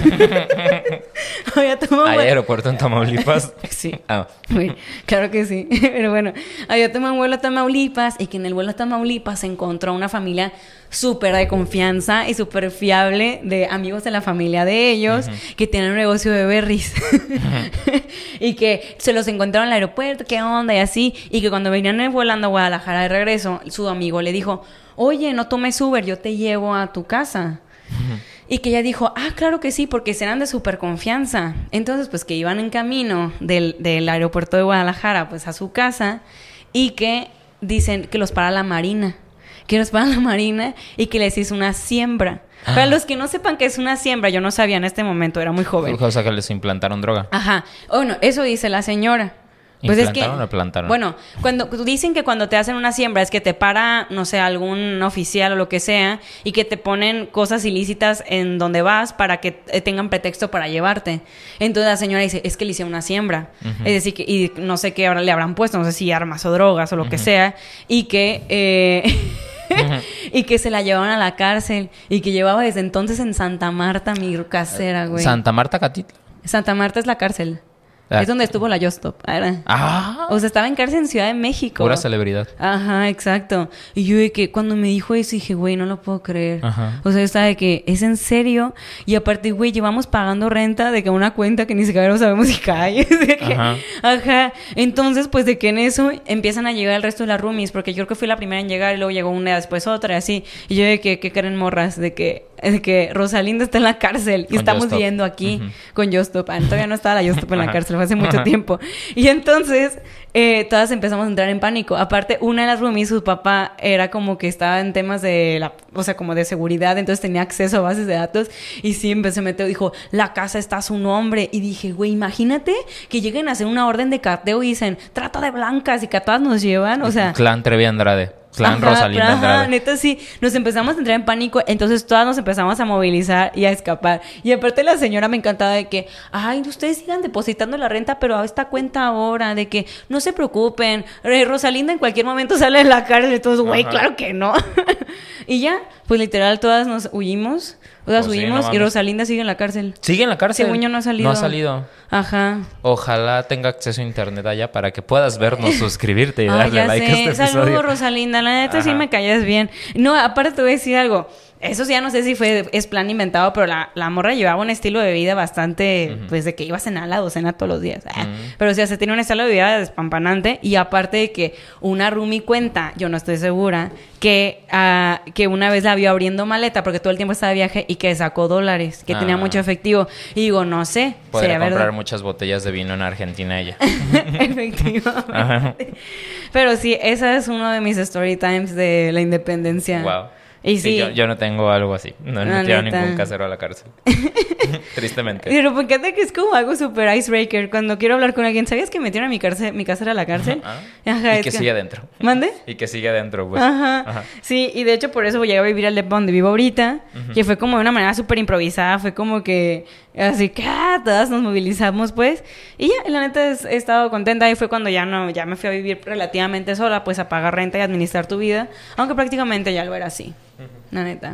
había tomado un ¿Hay vuelo... aeropuerto en Tamaulipas? Sí. Ah. Uy, claro que sí. Pero bueno, había tomado un vuelo a Tamaulipas y que en el vuelo a Tamaulipas se encontró una familia súper de confianza y súper fiable de amigos de la familia de ellos uh-huh. que tienen un negocio de berries uh-huh. y que se los encontraron en el aeropuerto, qué onda y así, y que cuando venían volando a Guadalajara de regreso, su amigo le dijo, oye, no tomes Uber, yo te llevo a tu casa. Uh-huh. Y que ella dijo, ah, claro que sí, porque serán de súper confianza. Entonces, pues que iban en camino del, del aeropuerto de Guadalajara, pues a su casa, y que dicen que los para la Marina. Que los para la Marina y que les hizo una siembra. Ah. Para los que no sepan qué es una siembra, yo no sabía en este momento, era muy joven. O sea, que les implantaron droga. Ajá. Bueno, eso dice la señora. Pues ¿implantaron es que, o plantaron? Bueno, cuando dicen que cuando te hacen una siembra es que te para, no sé, algún oficial o lo que sea y que te ponen cosas ilícitas en donde vas para que tengan pretexto para llevarte. Entonces la señora dice, es que le hicieron una siembra. Uh-huh. Es decir, que, y no sé qué ahora le habrán puesto, no sé si armas o drogas o lo uh-huh. que sea. Y que... Eh, uh-huh. y que se la llevaban a la cárcel y que llevaba desde entonces en Santa Marta, mi casera, güey. ¿Santa Marta, Catitla? Santa Marta es la cárcel. Ah. Es donde estuvo la Yostop. Ah. O sea, estaba en cárcel en Ciudad de México. Pura celebridad. Ajá, exacto. Y yo de que cuando me dijo eso dije, güey, no lo puedo creer. Ajá. O sea, yo estaba de que, ¿es en serio? Y aparte, güey, llevamos pagando renta de que una cuenta que ni siquiera sabemos si cae. De que, ajá. Ajá. Entonces, pues de que en eso empiezan a llegar el resto de las roomies, porque yo creo que fui la primera en llegar y luego llegó una, después otra y así. Y yo de que, ¿qué creen morras? De que... de que Rosalinda está en la cárcel y con estamos viendo aquí uh-huh. con Yostop. Ah, todavía no estaba la Yostop en la cárcel, fue hace mucho uh-huh. tiempo. Y entonces eh, todas empezamos a entrar en pánico. Aparte, una de las roomies, su papá era como que estaba en temas de la, o sea, como de seguridad, entonces tenía acceso a bases de datos y sí empezó a meter, dijo, la casa está a su nombre. Y dije, güey, imagínate que lleguen a hacer una orden de cateo y dicen, trata de blancas y que a todas nos llevan, o sea... Clan Trevi Andrade. Clan ajá, Rosalinda ajá, Andrade. Neta, sí. Nos empezamos a entrar en pánico. Entonces todas nos empezamos a movilizar y a escapar. Y aparte la señora me encantaba de que, ay, ustedes sigan depositando la renta, pero a esta cuenta ahora, de que no se preocupen. Rosalinda en cualquier momento sale de la cárcel. Y todos, güey, claro que no. Y ya, pues literal todas nos huimos. O sea, pues subimos sí, no y Rosalinda sigue en la cárcel. ¿Sigue en la cárcel? Según yo no ha salido. No ha salido. Ajá. Ojalá tenga acceso a internet allá para que puedas vernos, suscribirte y darle oh, like sé. a este episodio. Saludos, Rosalinda. La neta Ajá. sí me callas bien. No, aparte te voy a decir algo. Eso sí, ya no sé si fue es plan inventado, pero la, la morra llevaba un estilo de vida bastante, uh-huh. pues de que iba a cenar a la docena todos los días. Uh-huh. Pero o sea, se tiene un estilo de vida despampanante y aparte de que una roomie cuenta, yo no estoy segura, que, uh, que una vez la vio abriendo maleta porque todo el tiempo estaba de viaje y que sacó dólares, que uh-huh. tenía mucho efectivo. Y digo, no sé. Podría comprar verdad. muchas botellas de vino en Argentina ella. Efectivamente. Uh-huh. Pero sí, esa es uno de mis story times de la independencia. Wow. Y sí, sí yo, yo no tengo algo así. No he metido ningún casero a la cárcel. Tristemente. Pero me encanta que es como algo súper icebreaker. Cuando quiero hablar con alguien, ¿sabías que metieron a mi, cárcel, mi casera a la cárcel? Ajá. Ajá, y que, que sigue adentro. ¿Mande? Y que sigue adentro, pues. Ajá. Ajá. Sí, y de hecho por eso llegué a vivir al depa donde vivo ahorita. Uh-huh. Que fue como de una manera súper improvisada. Fue como que... Así que ah, todas nos movilizamos, pues. Y ya, la neta, he estado contenta. Y fue cuando ya no ya me fui a vivir relativamente sola, pues a pagar renta y administrar tu vida. Aunque prácticamente ya lo era así. Uh-huh. La neta.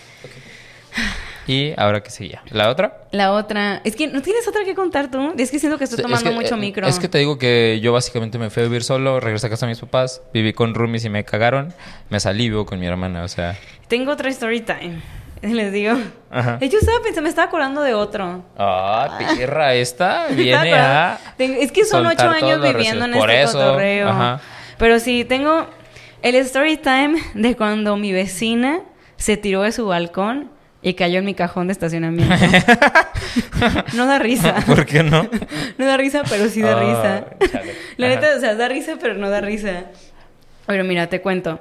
Okay. ¿Y ahora qué sigue? ¿La otra? La otra... Es que ¿no tienes otra que contar tú? Es que siento que estoy tomando es que, mucho eh, micro. Es que te digo que yo básicamente me fui a vivir solo, regresé a casa de mis papás, viví con roomies y me cagaron. Me salí, vivo con mi hermana, o sea... Tengo otra story time. Les digo. Ajá. Yo estaba pensando, me estaba acordando de otro. Ah, perra, esta viene a... Es que son ocho años viviendo en este cotorreo. Ajá. Pero sí, tengo... El story time de cuando mi vecina se tiró de su balcón y cayó en mi cajón de estacionamiento. No da risa. ¿Por qué no? No da risa, pero sí da Oh, risa. chale. La Ajá. neta, o sea, da risa, pero no da risa. Pero mira, te cuento.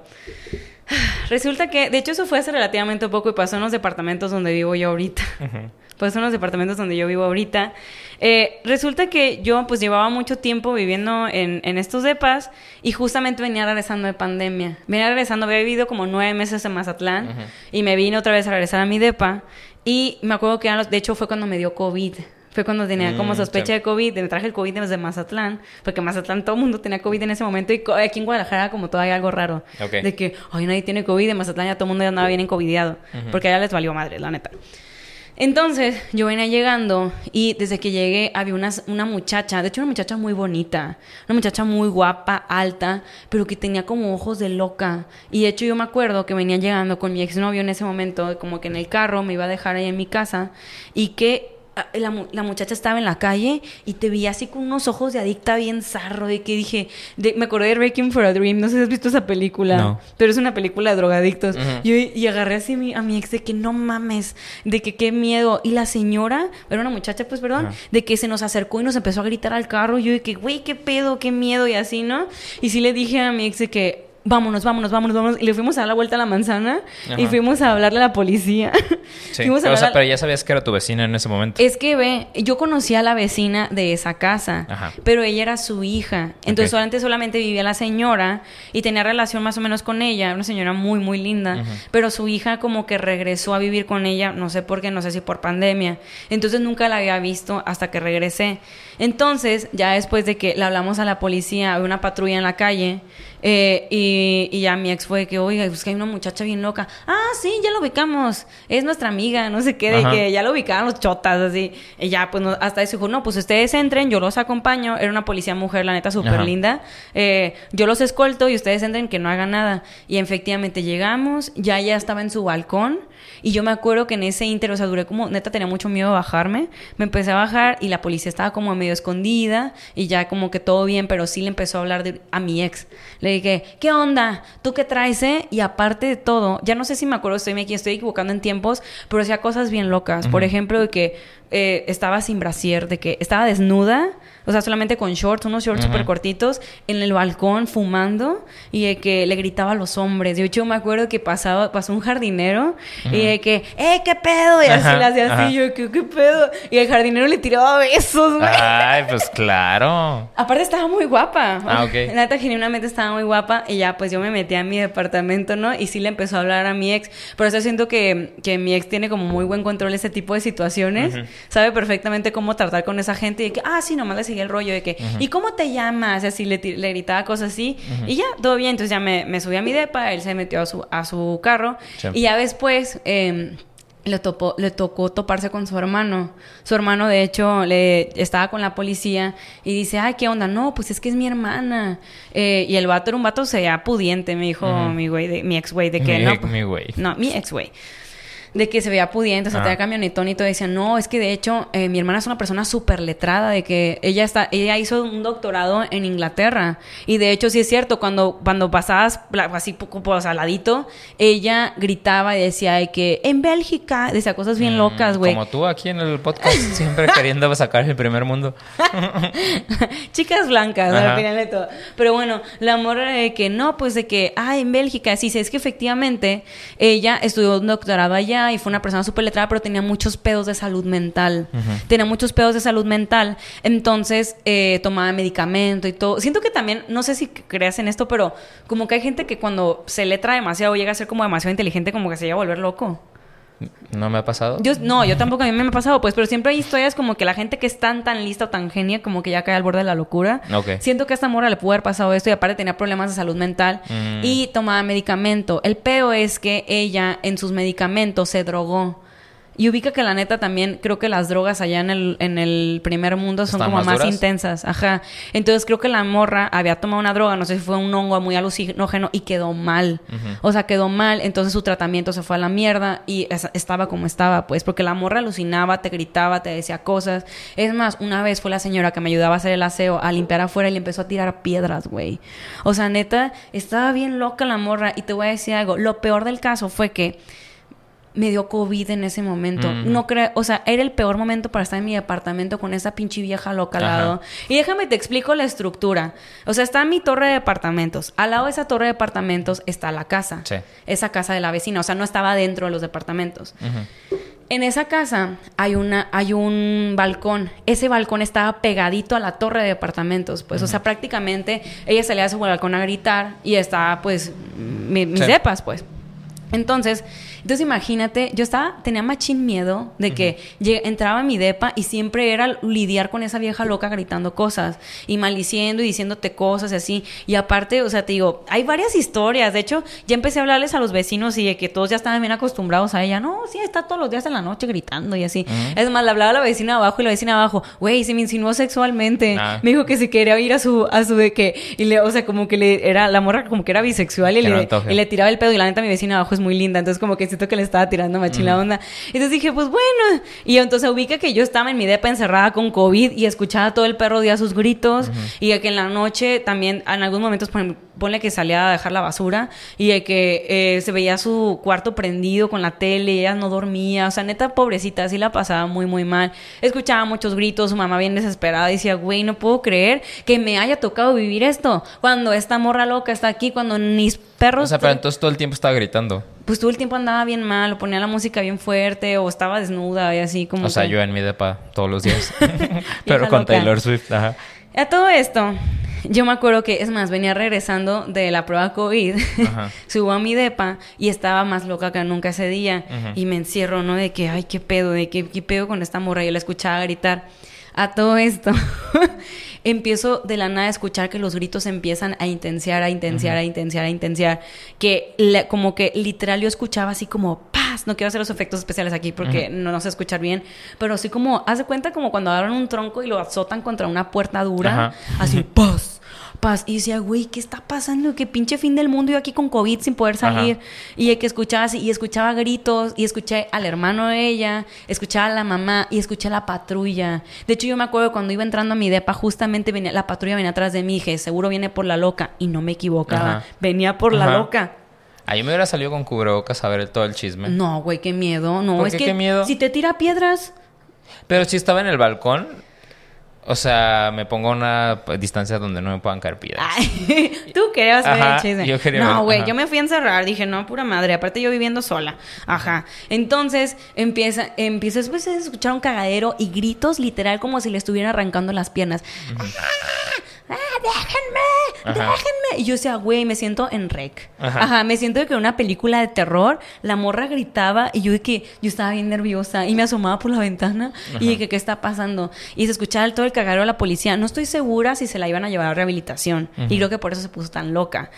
Resulta que, de hecho, eso fue hace relativamente poco y pasó en los departamentos donde vivo yo ahorita. Ujú. Pasó en los departamentos donde yo vivo ahorita. Eh, resulta que yo, pues, llevaba mucho tiempo viviendo en, en estos depas y justamente venía regresando de pandemia. Venía regresando, había vivido como nueve meses en Mazatlán Ujú. y me vine otra vez a regresar a mi depa. Y me acuerdo que, eran los, de hecho, fue cuando me dio COVID. Fue cuando tenía como Mm, sospecha sí. de COVID. Me traje el COVID desde Mazatlán. Porque en Mazatlán todo el mundo tenía COVID en ese momento. Y co- aquí en Guadalajara como todavía algo raro. Ok. De que, ay, nadie tiene COVID. En Mazatlán ya todo el mundo ya andaba bien encovidiado. Ujú. Porque allá les valió madre, la neta. Entonces, yo venía llegando y desde que llegué había una, una muchacha, de hecho una muchacha muy bonita, una muchacha muy guapa, alta, pero que tenía como ojos de loca. Y de hecho yo me acuerdo que venía llegando con mi exnovio en ese momento, como que en el carro me iba a dejar ahí en mi casa y que ah, la, mu- la muchacha estaba en la calle y te veía así con unos ojos de adicta bien zarro, de que dije, de- me acordé de Requiem for a Dream, no sé si has visto esa película, No. pero es una película de drogadictos. Ujú. Yo, y agarré así a mi, a mi ex de que no mames, de que qué miedo. Y la señora, era una muchacha, pues perdón, Ajá. de que se nos acercó y nos empezó a gritar al carro. Y yo de que, güey, qué pedo, qué miedo y así, ¿no? Y sí le dije a mi ex de que vámonos, vámonos, vámonos, vámonos. Y le fuimos a dar la vuelta a la manzana y Ajá. fuimos a hablarle a la policía. Sí. Fuimos a O hablar sea, a- pero ya sabías que era tu vecina en ese momento. Es que ve, yo conocí a la vecina de esa casa, Ajá. pero ella era su hija. Entonces Ok. solamente, solamente vivía la señora y tenía relación más o menos con ella, una señora muy, muy linda. Ujú. Pero su hija como que regresó a vivir con ella, no sé por qué, no sé si por pandemia. Entonces nunca la había visto hasta que regresé. Entonces, ya después de que le hablamos a la policía, había una patrulla en la calle. Eh, y, y ya mi ex fue de que, oiga, es que hay una muchacha bien loca. Ah, sí, ya lo ubicamos. Es nuestra amiga, no sé qué, de Ajá. que ya lo ubicaban los chotas, así. Y ya, pues, no- hasta eso dijo, no, pues ustedes entren, yo los acompaño. Era una policía mujer, la neta, súper Ajá. linda. Eh, yo los escolto y ustedes entren, que no hagan nada. Y efectivamente llegamos, ya ella estaba en su balcón. Y yo me acuerdo que en ese ínter, o sea, duré como, neta, tenía mucho miedo de bajarme. Me empecé a bajar y la policía estaba como medio escondida y ya como que todo bien, pero sí le empezó a hablar de, a mi ex. Le dije, ¿qué onda? ¿Tú qué traes, eh? Y aparte de todo, ya no sé si me acuerdo, estoy aquí, estoy equivocando en tiempos, pero hacía cosas bien locas. Por Ujú. ejemplo, de que eh, estaba sin brasier, de que estaba desnuda, o sea, solamente con shorts, unos shorts Ujú. súper cortitos, en el balcón fumando y de que le gritaba a los hombres. De hecho, me acuerdo que pasaba, pasó un jardinero y de que, ¡eh, qué pedo! Y así Ajá, le hacía así, ajá. yo, ¿qué, qué pedo? Y el jardinero le tiraba besos, güey. Ay, pues claro. Aparte estaba muy guapa. Ah, ok. La neta, genuinamente estaba muy guapa. Y ya, pues yo me metí a mi departamento, ¿no? Y sí le empezó a hablar a mi ex. Pero eso siento que, que mi ex tiene como muy buen control de ese tipo de situaciones. Ujú. Sabe perfectamente cómo tratar con esa gente. Y de que, ah, sí, nomás le seguía el rollo de que, ¿y cómo te llamas? Y así le, ti- le gritaba cosas así. Y ya, todo bien. Entonces ya me, me subí a mi depa. Él se metió a su, a su carro. Sí. Y ya después... eh, le, topó, le tocó toparse con su hermano. Su hermano, de hecho, le estaba con la policía y dice, ay, ¿qué onda? No, pues es que es mi hermana. Eh, y el vato era un vato, o sea, pudiente, me dijo Ujú. mi güey, de, mi ex güey, de que Mi- no. pues- mi güey. No, mi ex güey. De que se veía pudiente, o sea, Ah. tenía camionetón y todo. Decía, no, es que de hecho, eh, mi hermana es una persona súper letrada, de que ella está, ella hizo un doctorado en Inglaterra. Y de hecho, sí es cierto, cuando, cuando pasabas pla- así poco, pues, al ladito, ella gritaba y decía de que en Bélgica, decía cosas bien Mm, locas, güey. Como tú aquí en el podcast, siempre queriendo sacar el primer mundo. Chicas blancas, Ajá. al final de todo. Pero bueno, la morra de que no, pues de que, ah, en Bélgica, sí, es que efectivamente ella estudió un doctorado allá y fue una persona súper letrada, pero tenía muchos pedos de salud mental. Ujú. Tenía muchos pedos de salud mental. Entonces, eh, tomaba medicamento y todo. Siento que también, no sé si creas en esto, pero como que hay gente que cuando se letra demasiado, llega a ser como demasiado inteligente, como que se llega a volver loco. ¿No me ha pasado? Yo, no, yo tampoco, a mí me ha pasado, pues, pero siempre hay historias como que la gente que es tan, tan lista o tan genia, como que ya cae al borde de la locura. Ok. Siento que a esta morra le pudo haber pasado esto y aparte tenía problemas de salud mental Mm. y tomaba medicamento. El peo es que ella en sus medicamentos se drogó. Y ubica que la neta también creo que las drogas allá en el, en el primer mundo son ¿Están como más más duras? intensas. Ajá. Entonces creo que la morra había tomado una droga, no sé si fue un hongo muy alucinógeno y quedó mal. Uh-huh. O sea, quedó mal. Entonces su tratamiento se fue a la mierda y es, estaba como estaba, pues. Porque la morra alucinaba, te gritaba, te decía cosas. Es más, una vez fue la señora que me ayudaba a hacer el aseo, a limpiar afuera y le empezó a tirar piedras, güey. O sea, neta, estaba bien loca la morra. Y te voy a decir algo. Lo peor del caso fue que me dio COVID en ese momento. Mm-hmm. No creo, o sea, era el peor momento para estar en mi departamento con esa pinche vieja loca al lado. Y déjame te explico la estructura. O sea, está mi torre de departamentos. Al lado de esa torre de departamentos está la casa. Sí. Esa casa de la vecina. O sea, no estaba dentro de los departamentos. Mm-hmm. En esa casa hay una, hay un balcón. Ese balcón estaba pegadito a la torre de departamentos. Pues, uh-huh. O sea, prácticamente ella salía de su balcón a gritar y estaba, pues, mi, mis sí. depas, pues. Entonces, entonces imagínate, yo estaba, tenía machín miedo de que uh-huh. lleg- entraba a mi depa y siempre era lidiar con esa vieja loca gritando cosas y maldiciendo y diciéndote cosas y así. Y aparte, o sea, te digo, hay varias historias. De hecho, ya empecé a hablarles a los vecinos y de que todos ya estaban bien acostumbrados a ella. No, sí, está todos los días en la noche gritando y así. Uh-huh. Es más, le hablaba a la vecina abajo y la vecina abajo, güey, se me insinuó sexualmente. Nah. Me dijo que se quería ir a su, a su de que, y le, o sea, como que le era, la morra como que era bisexual y, le, y le tiraba el pedo. Y la neta, mi vecina abajo es muy linda, entonces como que siento que le estaba tirando machín la onda. Entonces dije, pues bueno. Y entonces ubica que yo estaba en mi depa encerrada con COVID y escuchaba todo el perro día sus gritos. Uh-huh. Y de que en la noche también, en algunos momentos, pon, ponle que salía a dejar la basura y de que eh, se veía su cuarto prendido con la tele y ella no dormía. O sea, neta, pobrecita, así la pasaba muy, muy mal. Escuchaba muchos gritos, su mamá bien desesperada. Decía, güey, no puedo creer que me haya tocado vivir esto. Cuando esta morra loca está aquí, cuando mis perros... O sea, pero entonces todo el tiempo estaba gritando. Pues todo el tiempo andaba bien mal, o ponía la música bien fuerte, o estaba desnuda y así como... O sea, que... yo en mi depa todos los días. Pero con loca. Taylor Swift, ajá. A todo esto, yo me acuerdo que, es más, venía regresando de la prueba COVID, subo a mi depa y estaba más loca que nunca ese día. Uh-huh. Y me encierro, ¿no? De que, ay, qué pedo, de que, qué pedo con esta morra. Yo la escuchaba gritar. A todo esto, empiezo de la nada a escuchar que los gritos empiezan a intensiar, a intensiar, uh-huh. a intensiar, a intensiar. Que le, como que literal yo escuchaba así como ¡paz! No quiero hacer los efectos especiales aquí porque uh-huh. no, no sé escuchar bien. Pero así como, haz de cuenta como cuando agarran un tronco y lo azotan contra una puerta dura. Uh-huh. Así ¡paz! Paz. Y decía, güey, ¿qué está pasando? ¿Qué pinche fin del mundo? Yo aquí con COVID sin poder salir. Ajá. Y que escuchaba así, y escuchaba gritos, y escuché al hermano de ella, escuchaba a la mamá, y escuché a la patrulla. De hecho, yo me acuerdo cuando iba entrando a mi depa, justamente venía, la patrulla venía atrás de mí, dije, seguro viene por la loca. Y no me equivocaba. Ajá. Venía por Ajá. la loca. Ahí me hubiera salido con cubrebocas a ver todo el chisme. No, güey, qué miedo. No, ¿Por es qué, que qué miedo? Si te tira piedras... Pero si estaba en el balcón... O sea, me pongo a una distancia donde no me puedan caer piedras. Ay, tú querías ver el chisme. Yo quería no, güey, ver, yo me fui a encerrar. Dije, no, pura madre. Aparte yo viviendo sola. Ajá. Entonces, empieza, empieza después a escuchar un cagadero y gritos literal como si le estuvieran arrancando las piernas. Uh-huh. ¡Ah! ¡Ah! ¡Déjenme! Ajá. ¡Déjenme! Y yo decía, güey, me siento en rec. Ajá. Ajá. Me siento de que en una película de terror, la morra gritaba y yo de que yo estaba bien nerviosa y me asomaba por la ventana. Ajá. Y de que, ¿qué está pasando? Y se escuchaba todo el cagadero de la policía. No estoy segura si se la iban a llevar a rehabilitación. Uh-huh. Y creo que por eso se puso tan loca.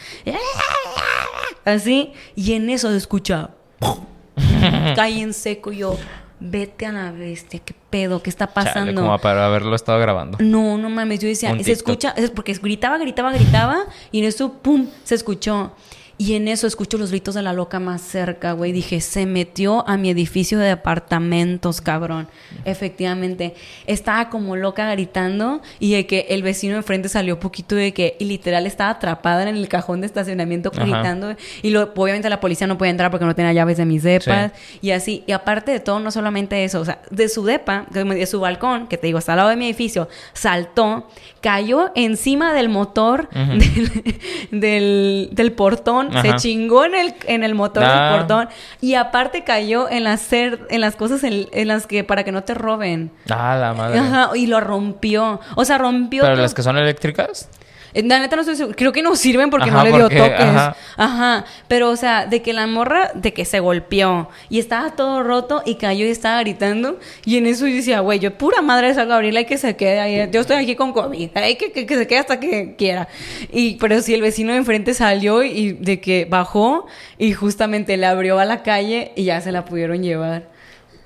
Así. Y en eso se escucha... Caí en seco y yo... Vete a la bestia, qué pedo, qué está pasando. Chale, como para haberlo estado grabando. No, no mames, yo decía, se escucha, es porque gritaba, gritaba, gritaba y en eso, pum, se escuchó. Y en eso escucho los gritos de la loca más cerca, güey. Dije, se metió a mi edificio de departamentos, cabrón. Efectivamente. Estaba como loca gritando y de que el vecino de enfrente salió poquito de que... Y literal estaba atrapada en el cajón de estacionamiento gritando. Ajá. Y lo, obviamente la policía no podía entrar porque no tenía llaves de mis depas. Sí. Y así. Y aparte de todo, no solamente eso. O sea, de su depa, de su balcón, que te digo, está al lado de mi edificio, saltó, cayó encima del motor uh-huh. del, del, del portón. Ajá. Se chingó en el, en el motor ah. del portón. Y aparte cayó en las, cer- en las cosas en, en las que... Para que no te roben. Ah, la madre. Ajá. Y lo rompió. O sea, rompió... ¿Pero todo. Las que son eléctricas? La neta no estoy segura. Creo que no sirven porque ajá, no le dio porque, toques. Ajá. ajá. Pero, o sea, de que la morra... De que se golpeó. Y estaba todo roto. Y cayó y estaba gritando. Y en eso yo decía, güey, yo pura madre salgo a abrirla y que se quede ahí. Yo estoy aquí con COVID. Hay que, que, que se quede hasta que quiera. Y, pero sí, el vecino de enfrente salió y de que bajó. Y justamente le abrió a la calle y ya se la pudieron llevar.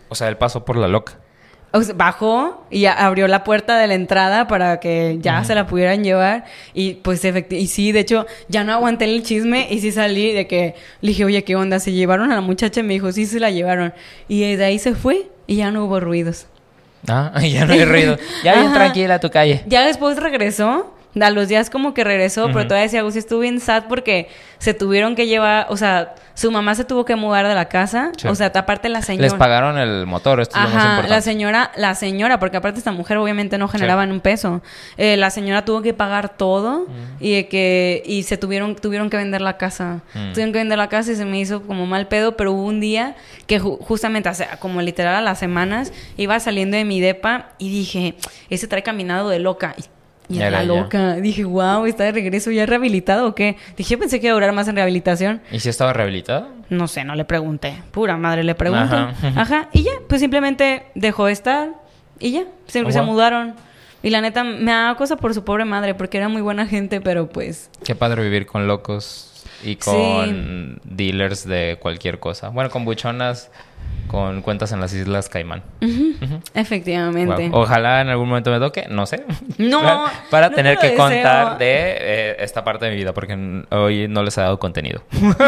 O sea, él pasó por la loca. O sea, bajó y abrió la puerta de la entrada para que ya uh-huh. se la pudieran llevar. Y pues efectivamente, y sí, de hecho, ya no aguanté el chisme y sí salí de que le dije, oye, ¿qué onda? ¿Se llevaron a la muchacha? Y me dijo, sí, se la llevaron. Y de ahí se fue y ya no hubo ruidos. Ah, ya no hay ruido. Ya bien tranquila tu calle. Ya después regresó. A los días como que regresó, uh-huh. pero todavía decía, Gus, estuvo bien sad porque se tuvieron que llevar, o sea, su mamá se tuvo que mudar de la casa, sí. o sea, aparte la señora... Les pagaron el motor, esto Ajá, es lo más importante. la señora, la señora, porque aparte esta mujer obviamente no generaba sí. ni un peso, eh, la señora tuvo que pagar todo uh-huh. y de que y se tuvieron tuvieron que vender la casa, uh-huh. tuvieron que vender la casa y se me hizo como mal pedo, pero hubo un día que ju- justamente, o sea, como literal a las semanas, iba saliendo de mi depa y dije, ese trae caminado de loca, y Y era, era loca. Ya. Dije, wow, ¿está de regreso ya rehabilitado o qué? Dije, pensé que iba a durar más en rehabilitación. ¿Y si estaba rehabilitado? No sé, no le pregunté. Pura madre, le pregunto. Ajá. Ajá. Y ya, pues simplemente dejó de estar y ya. Se, oh, se wow. mudaron. Y la neta, me da cosa por su pobre madre porque era muy buena gente, pero pues... Qué padre vivir con locos y con sí. dealers de cualquier cosa. Bueno, con buchonas... Con cuentas en las Islas Caimán. Uh-huh. Uh-huh. Efectivamente. Wow. Ojalá en algún momento me toque, no sé. No. para para no tener que deseo. contar de eh, esta parte de mi vida, porque hoy no les he dado contenido.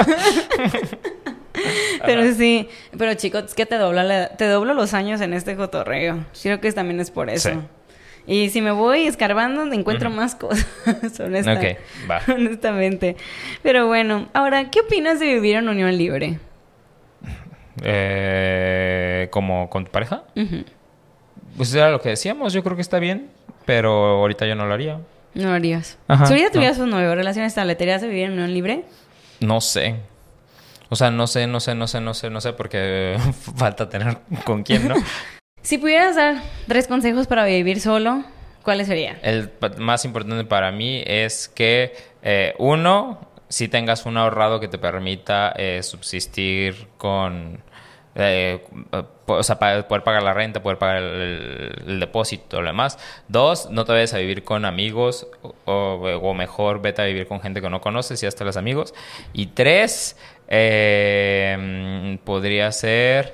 Pero Ajá. sí. Pero chicos, es que te dobla la, te doblo los años en este cotorreo. Creo que también es por eso. Sí. Y si me voy escarbando, encuentro uh-huh. más cosas. honesta, ok, va. Honestamente. Pero bueno, ahora, ¿qué opinas de vivir en unión libre? Eh, ¿Como con tu pareja? Uh-huh. Pues era lo que decíamos. Yo creo que está bien, pero ahorita yo no lo haría. No lo harías. Ajá, si ahorita tuvieras no. un novio, relación estable, ¿te harías de vivir en unión libre? No sé. O sea, no sé, no sé, no sé, no sé, no sé, porque falta tener con quién, ¿no? Si pudieras dar tres consejos para vivir solo, ¿cuáles serían? El más importante para mí es que, eh, uno... si tengas un ahorrado que te permita eh, subsistir con... Eh, o sea, para poder pagar la renta, poder pagar el, el, el depósito, lo demás. Dos, no te vayas a vivir con amigos o, o mejor vete a vivir con gente que no conoces y hasta los amigos. Y tres, eh, podría ser...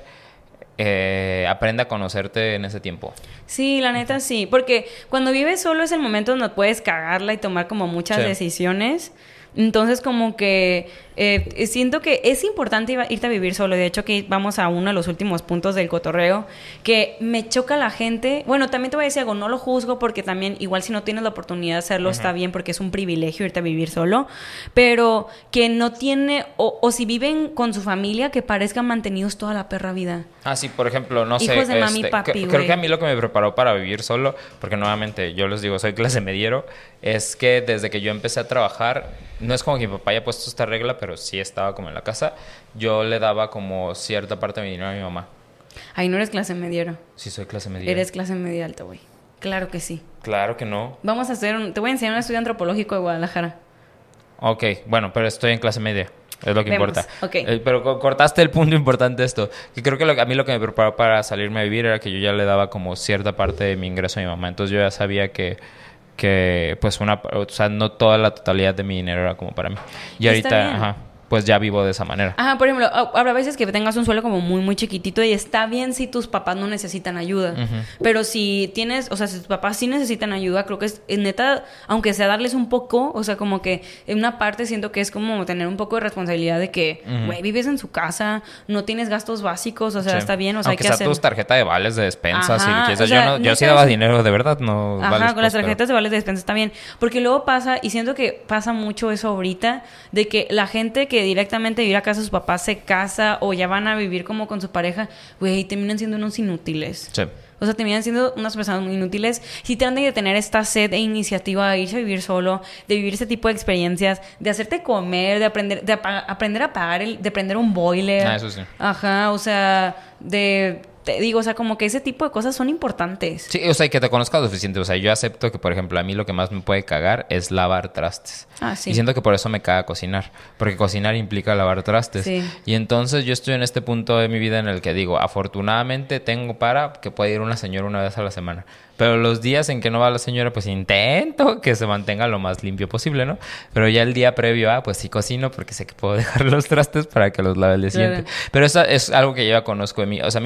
Eh, aprende a conocerte en ese tiempo. Sí, la neta sí. Porque cuando vives solo es el momento donde puedes cagarla y tomar como muchas sí. decisiones... Entonces, como que eh, siento que es importante irte a vivir solo. De hecho, que vamos a uno de los últimos puntos del cotorreo, que me choca la gente. Bueno, también te voy a decir algo, no lo juzgo porque también, igual si no tienes la oportunidad de hacerlo, uh-huh. está bien porque es un privilegio irte a vivir solo. Pero que no tiene, o, o si viven con su familia, que parezcan mantenidos toda la perra vida. Ah, sí, por ejemplo, no Hijos sé. Hijos de mami este, y papi, c- güey. Creo que a mí lo que me preparó para vivir solo, porque nuevamente yo les digo, soy clase mediero, es que desde que yo empecé a trabajar, no es como que mi papá haya puesto esta regla, pero sí estaba como en la casa, yo le daba como cierta parte de mi dinero a mi mamá. Ay, no eres clase mediero. Sí, soy clase mediero. Eres clase media alta, güey. Claro que sí. Claro que no. Vamos a hacer un... Te voy a enseñar un estudio antropológico de Guadalajara. Ok, bueno, pero estoy en clase media. Es lo que Vemos. importa. Okay. Eh, pero co- cortaste el punto importante de esto. Que creo que lo, a mí lo que me preparó para salirme a vivir era que yo ya le daba como cierta parte de mi ingreso a mi mamá. Entonces yo ya sabía que... que pues una... O sea, no toda la totalidad de mi dinero era como para mí. Y ahorita... Ajá. Pues ya vivo de esa manera. Ajá, por ejemplo, habrá veces que tengas un sueldo como muy, muy chiquitito y está bien si tus papás no necesitan ayuda. Uh-huh. Pero si tienes, o sea, si tus papás sí necesitan ayuda, creo que es, es neta, aunque sea darles un poco, o sea, como que en una parte siento que es como tener un poco de responsabilidad de que, güey, uh-huh. vives en su casa, no tienes gastos básicos, o sea, sí. está bien, o sea, aunque hay que hacer... sea tus tarjeta de vales de despensas. Ajá, y que o sea, yo no, no yo sí daba dinero de verdad, no Ajá, vales con las pero... tarjetas de vales de despensa está bien. Porque luego pasa, y siento que pasa mucho eso ahorita, de que la gente que directamente vive a casa de sus papás se casa o ya van a vivir como con su pareja, güey, terminan siendo unos inútiles. Sí. O sea, terminan siendo unas personas muy inútiles. Si tratan de tener esta sed e iniciativa de irse a vivir solo, de vivir ese tipo de experiencias, de hacerte comer, de aprender, de apa- aprender a apagar, el, de prender un boiler. Ah, eso sí. Ajá, o sea, de... Te digo, o sea, como que ese tipo de cosas son importantes. Sí, o sea, que te conozcas lo suficiente. O sea, yo acepto que, por ejemplo, a mí lo que más me puede cagar es lavar trastes. Ah, sí. Y siento que por eso me caga cocinar. Porque cocinar implica lavar trastes. Sí. Y entonces yo estoy en este punto de mi vida en el que digo, afortunadamente tengo para que pueda ir una señora una vez a la semana. Pero los días en que no va la señora, pues intento que se mantenga lo más limpio posible, ¿no? Pero ya el día previo, ah, pues sí cocino porque sé que puedo dejar los trastes para que los lave el día siguiente. Claro. Pero eso es algo que yo ya conozco de mí. O sea, a mí no me molesta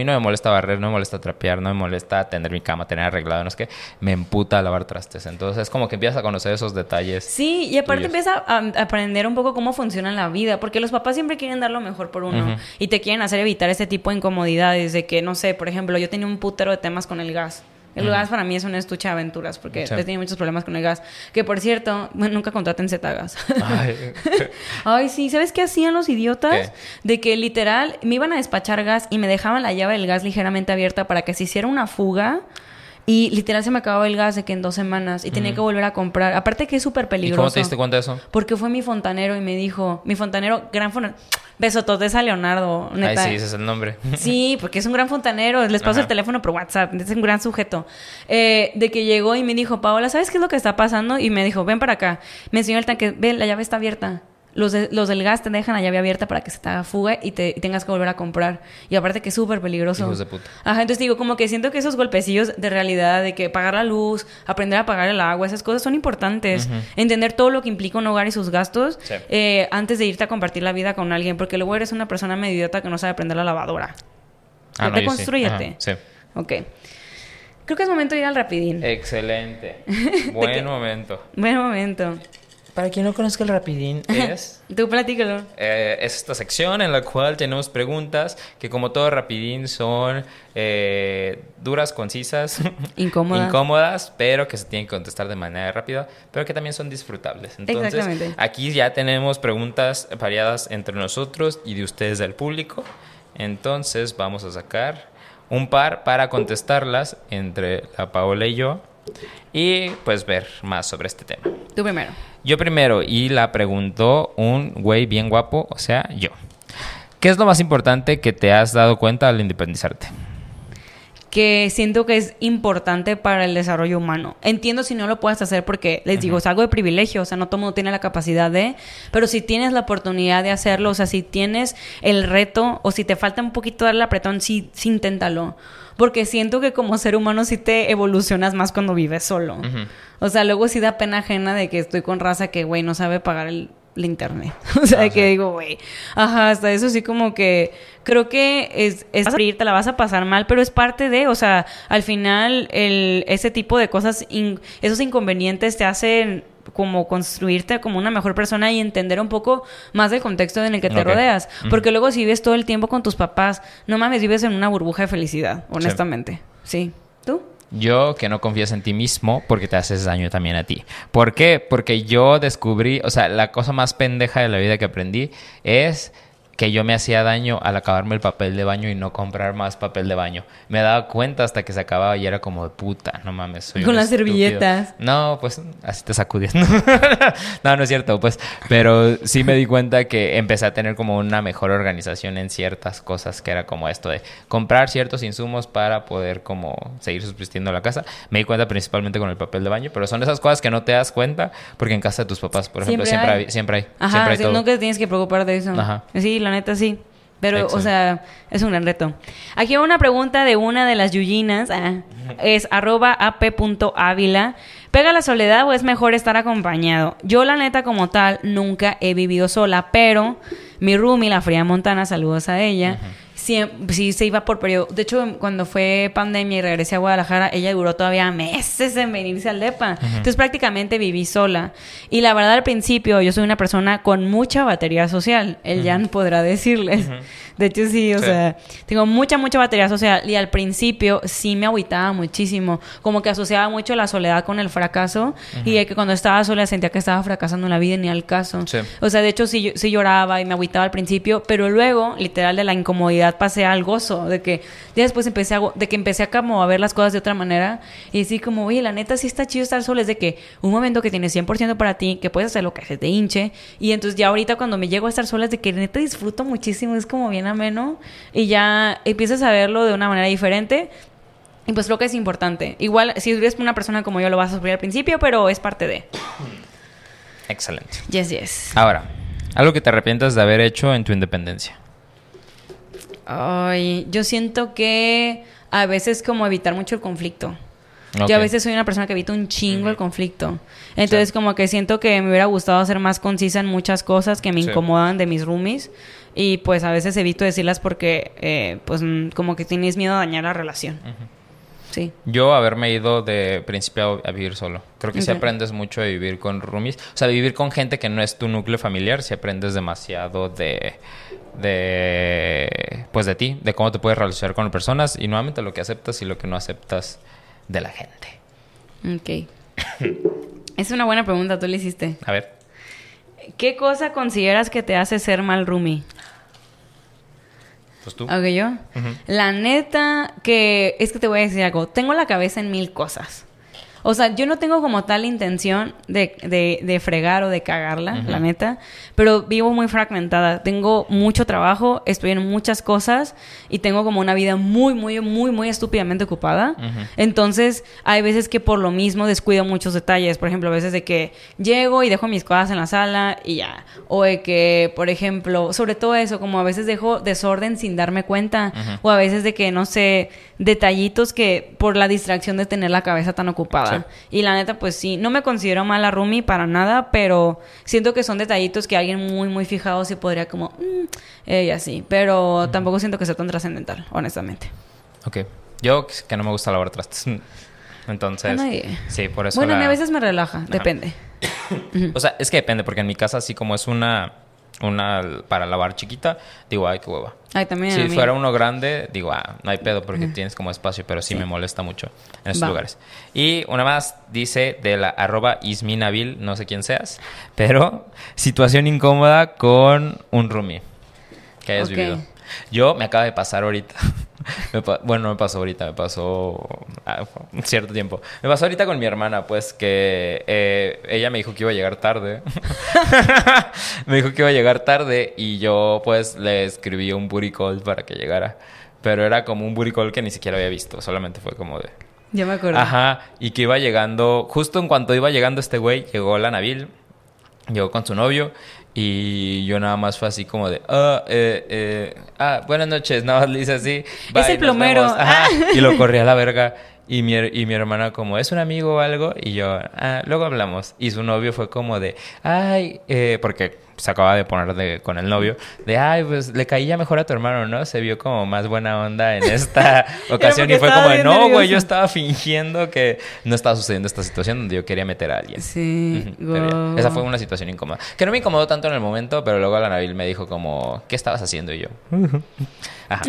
molesta barrer, no me molesta trapear, no me molesta tener mi cama, tener arreglado, no es que me emputa lavar trastes. Entonces es como que empiezas a conocer esos detalles. Sí, y aparte tuyos. empiezas a, a aprender un poco cómo funciona la vida, porque los papás siempre quieren dar lo mejor por uno, uh-huh, y te quieren hacer evitar ese tipo de incomodidades de que, no sé, por ejemplo, yo tenía un putero de temas con el gas. El uh-huh. gas para mí es un estuche de aventuras porque sí. he tenido muchos problemas con el gas. Que por cierto, bueno, nunca contraten Z-Gas. Ay. Ay, sí. ¿Sabes qué hacían los idiotas? ¿Qué? De que literal me iban a despachar gas y me dejaban la llave del gas ligeramente abierta para que se hiciera una fuga. Y literal se me acababa el gas de que en dos semanas. Y tenía uh-huh. que volver a comprar. Aparte que es súper peligroso. ¿Y cómo te diste cuenta de eso? Porque fue mi fontanero y me dijo... Mi fontanero, gran fontanero... Besototes a Leonardo, neta. Ay, sí, ese es el nombre. Sí, porque es un gran fontanero. Les paso Ajá. el teléfono por WhatsApp. Es un gran sujeto. Eh, de que llegó y me dijo, Paola, ¿sabes qué es lo que está pasando? Y me dijo, ven para acá. Me enseñó el tanque. Ve, la llave está abierta. Los, de, los del gas te dejan la llave abierta para que se te haga fuga y, te, y tengas que volver a comprar. Y aparte que es súper peligroso. Hijos de puta. Ajá, entonces digo, como que siento que esos golpecillos de realidad, de que pagar la luz, aprender a pagar el agua, esas cosas son importantes. Uh-huh. Entender todo lo que implica un hogar y sus gastos sí. eh, antes de irte a compartir la vida con alguien. Porque luego eres una persona medio idiota que no sabe prender la lavadora. Ah, no, te construyete. Sí. Ok. Creo que es momento de ir al rapidín. Excelente. Buen que... momento. Buen momento. Para quien no conozca el rapidín, es... Tú platícalo. Eh, es esta sección en la cual tenemos preguntas que, como todo rapidín, son eh, duras, concisas, incómodas. incómodas, pero que se tienen que contestar de manera rápida, pero que también son disfrutables. Entonces, exactamente. Aquí ya tenemos preguntas variadas entre nosotros y de ustedes del público. Entonces, vamos a sacar un par para contestarlas entre la Paola y yo y, pues, ver más sobre este tema. Tú primero. Yo primero, y la preguntó un güey bien guapo, o sea, yo. ¿Qué es lo más importante que te has dado cuenta al independizarte? Que siento que es importante para el desarrollo humano. Entiendo si no lo puedes hacer porque, les digo, uh-huh. es algo de privilegio. O sea, no todo el mundo tiene la capacidad de... Pero si tienes la oportunidad de hacerlo, o sea, si tienes el reto o si te falta un poquito darle apretón, sí, sí inténtalo. Porque siento que como ser humano sí te evolucionas más cuando vives solo. Uh-huh. O sea, luego sí da pena ajena de que estoy con raza que, güey, no sabe pagar el... el internet. O sea, ah, de que sí. digo, güey, ajá, hasta eso sí como que creo que es, es abrir, te la vas a pasar mal, pero es parte de, o sea, al final el, ese tipo de cosas, in, esos inconvenientes te hacen como construirte como una mejor persona y entender un poco más del contexto en el que te okay. rodeas. Uh-huh. Porque luego si vives todo el tiempo con tus papás, no mames, vives en una burbuja de felicidad, honestamente. Sí. ¿Sí? ¿Tú? Yo, que no confías en ti mismo porque te haces daño también a ti. ¿Por qué? Porque yo descubrí, o sea, la cosa más pendeja de la vida que aprendí es que yo me hacía daño al acabarme el papel de baño y no comprar más papel de baño. Me daba cuenta hasta que se acababa y era como de puta, no mames, soy con un las estúpido. Servilletas. No, pues así te sacudías. No, no es cierto, pues. Pero sí me di cuenta que empecé a tener como una mejor organización en ciertas cosas, que era como esto de comprar ciertos insumos para poder como seguir subsistiendo la casa. Me di cuenta principalmente con el papel de baño, pero son esas cosas que no te das cuenta porque en casa de tus papás, por ejemplo, siempre, siempre hay. hay. Siempre hay. Ajá, siempre hay sí, todo. Nunca te tienes que preocupar de eso. Ajá. Sí, la neta sí. Pero, Excelente. O sea, es un gran reto. Aquí hay una pregunta de una de las yuyinas. Ah, es arroba ap.ávila. ¿Pega la soledad o es mejor estar acompañado? Yo, la neta, como tal, nunca he vivido sola, pero mi roomie, la Fría Montana, saludos a ella, uh-huh. sí, sí se iba por periodo. De hecho, cuando fue pandemia y regresé a Guadalajara, ella duró todavía meses en venirse al depa. Uh-huh. Entonces, prácticamente viví sola. Y la verdad, al principio, yo soy una persona con mucha batería social. El uh-huh. Jan podrá decirles. Uh-huh. De hecho, sí, o sí. sea, tengo mucha, mucha batería social. Y al principio sí me agüitaba muchísimo. Como que asociaba mucho la soledad con el fracaso. Uh-huh. Y de que cuando estaba sola sentía que estaba fracasando en la vida y ni al caso. Sí. O sea, de hecho, sí, sí lloraba y me agüitaba al principio. Pero luego, literal, de la incomodidad pasé al gozo. De que ya después empecé a, de que empecé a como a ver las cosas de otra manera. Y decir como, oye, la neta sí está chido estar sola. Es de que un momento que tienes cien por ciento para ti, que puedes hacer lo que se te hinche. Y entonces ya ahorita cuando me llego a estar sola es de que neta disfruto muchísimo. Es como bien ameno y ya empiezas a verlo de una manera diferente y pues creo que es importante. Igual si eres una persona como yo lo vas a sufrir al principio, pero es parte de. Excelente. Yes, yes. Ahora, algo que te arrepientas de haber hecho en tu independencia. Ay, yo siento que a veces como evitar mucho el conflicto. Okay. Yo a veces soy una persona que evita un chingo uh-huh. el conflicto. Entonces, sí. como que siento que me hubiera gustado ser más concisa en muchas cosas que me sí. incomodan de mis roomies. Y pues a veces evito decirlas porque, eh, pues, como que tienes miedo a dañar la relación. Uh-huh. Sí. Yo haberme ido de principio a vivir solo. Creo que okay. si aprendes mucho de vivir con roomies. O sea, de vivir con gente que no es tu núcleo familiar, si aprendes demasiado de... de pues de ti, de cómo te puedes relacionar con personas y nuevamente lo que aceptas y lo que no aceptas de la gente. Ok. Es una buena pregunta, tú le hiciste. A ver. ¿Qué cosa consideras que te hace ser mal roomie? Pues tú. ¿Ok, yo? Uh-huh. La neta que... Es que te voy a decir algo. Tengo la cabeza en mil cosas. O sea, yo no tengo como tal intención de, de, de fregar o de cagarla, uh-huh. la neta. Pero vivo muy fragmentada. Tengo mucho trabajo, estoy en muchas cosas y tengo como una vida muy, muy, muy, muy estúpidamente ocupada. Uh-huh. Entonces, hay veces que por lo mismo descuido muchos detalles. Por ejemplo, a veces de que llego y dejo mis cosas en la sala y ya. O de que, por ejemplo, sobre todo eso, como a veces dejo desorden sin darme cuenta. Uh-huh. O a veces de que, no sé, detallitos que por la distracción de tener la cabeza tan ocupada. Sí. Y la neta, pues sí, no me considero mala roomie para nada, pero siento que son detallitos que alguien muy, muy fijado sí podría como, mmm, eh, y así. Pero uh-huh. tampoco siento que sea tan trascendental, honestamente. Ok. Yo, que no me gusta lavar trastes. Entonces, sí, por eso Bueno, la... a veces me relaja, Ajá. depende. O sea, es que depende, porque en mi casa, así como es una... una para lavar chiquita, digo, ay, qué hueva. Ay, también si fuera uno grande, digo, ah, no hay pedo porque uh-huh. tienes como espacio, pero sí, sí me molesta mucho en esos Va. lugares. Y una más dice de la arroba isminabil, no sé quién seas, pero situación incómoda con un roomie que hayas okay. vivido. Yo me acaba de pasar ahorita. me pa- bueno, no me pasó ahorita, me pasó ah, un cierto tiempo. Me pasó ahorita con mi hermana, pues, que eh, ella me dijo que iba a llegar tarde. me dijo que iba a llegar tarde y yo, pues, le escribí un booty call para que llegara. Pero era como un booty call que ni siquiera había visto, solamente fue como de... Ya me acuerdo. Ajá, y que iba llegando, justo en cuanto iba llegando este güey, llegó la Nabil, llegó con su novio. Y yo nada más fue así como de, ah, eh, eh, ah, buenas noches, nada más le hice así. Bye, es el plomero. Ajá, y lo corrí a la verga. Y mi, y mi hermana como, ¿es un amigo o algo? Y yo, ah, luego hablamos. Y su novio fue como de, ay, eh, porque se acaba de poner de, con el novio, de, ay, pues le caía mejor a tu hermano, ¿no? Se vio como más buena onda en esta ocasión. Y fue como de, no, güey, yo estaba fingiendo que no estaba sucediendo esta situación donde yo quería meter a alguien. Sí. Uh-huh. Wow. Esa fue una situación incómoda. Que no me incomodó tanto en el momento, pero luego la Nabil me dijo como, ¿qué estabas haciendo? Y yo, uh-huh. Ajá.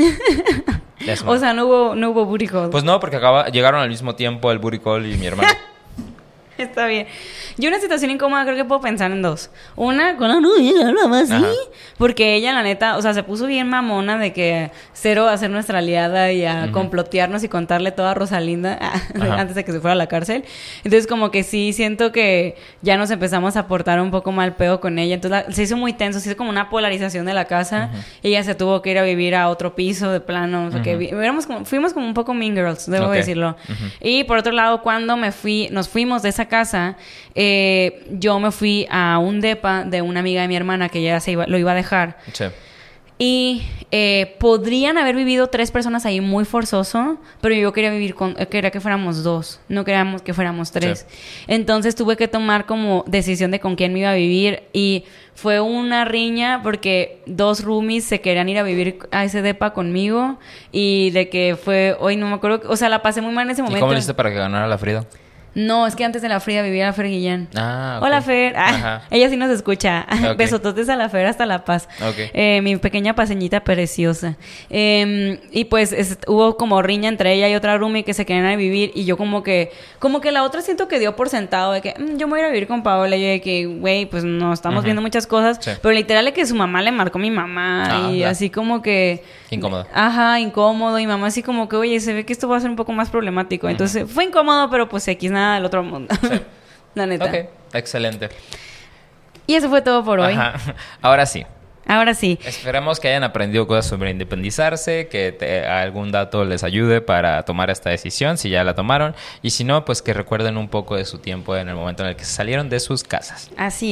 O sea, no hubo, no hubo booty call. Pues no, porque acaba, llegaron al mismo tiempo el booty call y mi hermano. Está bien. Yo una situación incómoda creo que puedo pensar en dos. Una, con la novia, hablaba así. Ajá. Porque ella, la neta, o sea, se puso bien mamona de que cero a ser nuestra aliada y a uh-huh. complotearnos y contarle todo a Rosalinda antes de que se fuera a la cárcel. Entonces, como que sí siento que ya nos empezamos a portar un poco mal peo con ella. Entonces, la, se hizo muy tenso, se hizo como una polarización de la casa. Uh-huh. Ella se tuvo que ir a vivir a otro piso de plano. O sea, uh-huh. que vi, como, fuimos como un poco mean girls, debo okay. decirlo. Uh-huh. Y por otro lado, cuando me fui, nos fuimos de esa casa, eh, yo me fui a un depa de una amiga de mi hermana que ya se iba, lo iba a dejar. Sí. Y eh, podrían haber vivido tres personas ahí muy forzoso, pero yo quería vivir con, quería que fuéramos dos, no queríamos que fuéramos tres. Sí. Entonces tuve que tomar como decisión de con quién me iba a vivir y fue una riña porque dos roomies se querían ir a vivir a ese depa conmigo y de que fue, hoy no me acuerdo, o sea, la pasé muy mal en ese momento. ¿Y cómo le hiciste para que ganara la Frida? No, es que antes de la Frida vivía la Fer Guillén. Ah, okay. Hola, Fer. Ah, ella sí nos escucha. Okay. Besototes a la Fer hasta La Paz. Okay. Eh, mi pequeña paseñita preciosa. Eh, y pues es, hubo como riña entre ella y otra roomie que se querían ir a vivir. Y yo como que... Como que la otra siento que dio por sentado de que... Mmm, yo me voy a ir a vivir con Paola. Y yo de que... Güey, pues no estamos uh-huh. viendo muchas cosas. Sí. Pero literal es que su mamá le marcó a mi mamá. Ah, y claro. así como que... Incómodo. Ajá, incómodo. Y mamá así como que... Oye, se ve que esto va a ser un poco más problemático. Uh-huh. Entonces fue incómodo, pero pues X nada del otro mundo. Sí. La neta. Ok, excelente. Y eso fue todo por hoy. Ajá. Ahora sí. Ahora sí. Esperemos que hayan aprendido cosas sobre independizarse, que te, algún dato les ayude para tomar esta decisión, si ya la tomaron. Y si no, pues que recuerden un poco de su tiempo en el momento en el que se salieron de sus casas. Así es.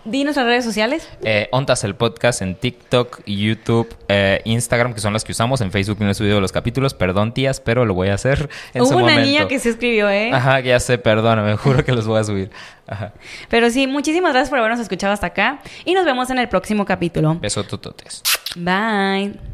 Di nuestras redes sociales. Eh, Ontas el podcast en TikTok, YouTube, eh, Instagram, que son las que usamos. En Facebook no he subido los capítulos. Perdón, tías, pero lo voy a hacer en Hubo su una momento. niña que se escribió, ¿eh? Ajá, ya sé, perdóname. Juro que los voy a subir. Ajá. Pero sí, muchísimas gracias por habernos escuchado hasta acá. Y nos vemos en el próximo capítulo. Besotototes. Bye.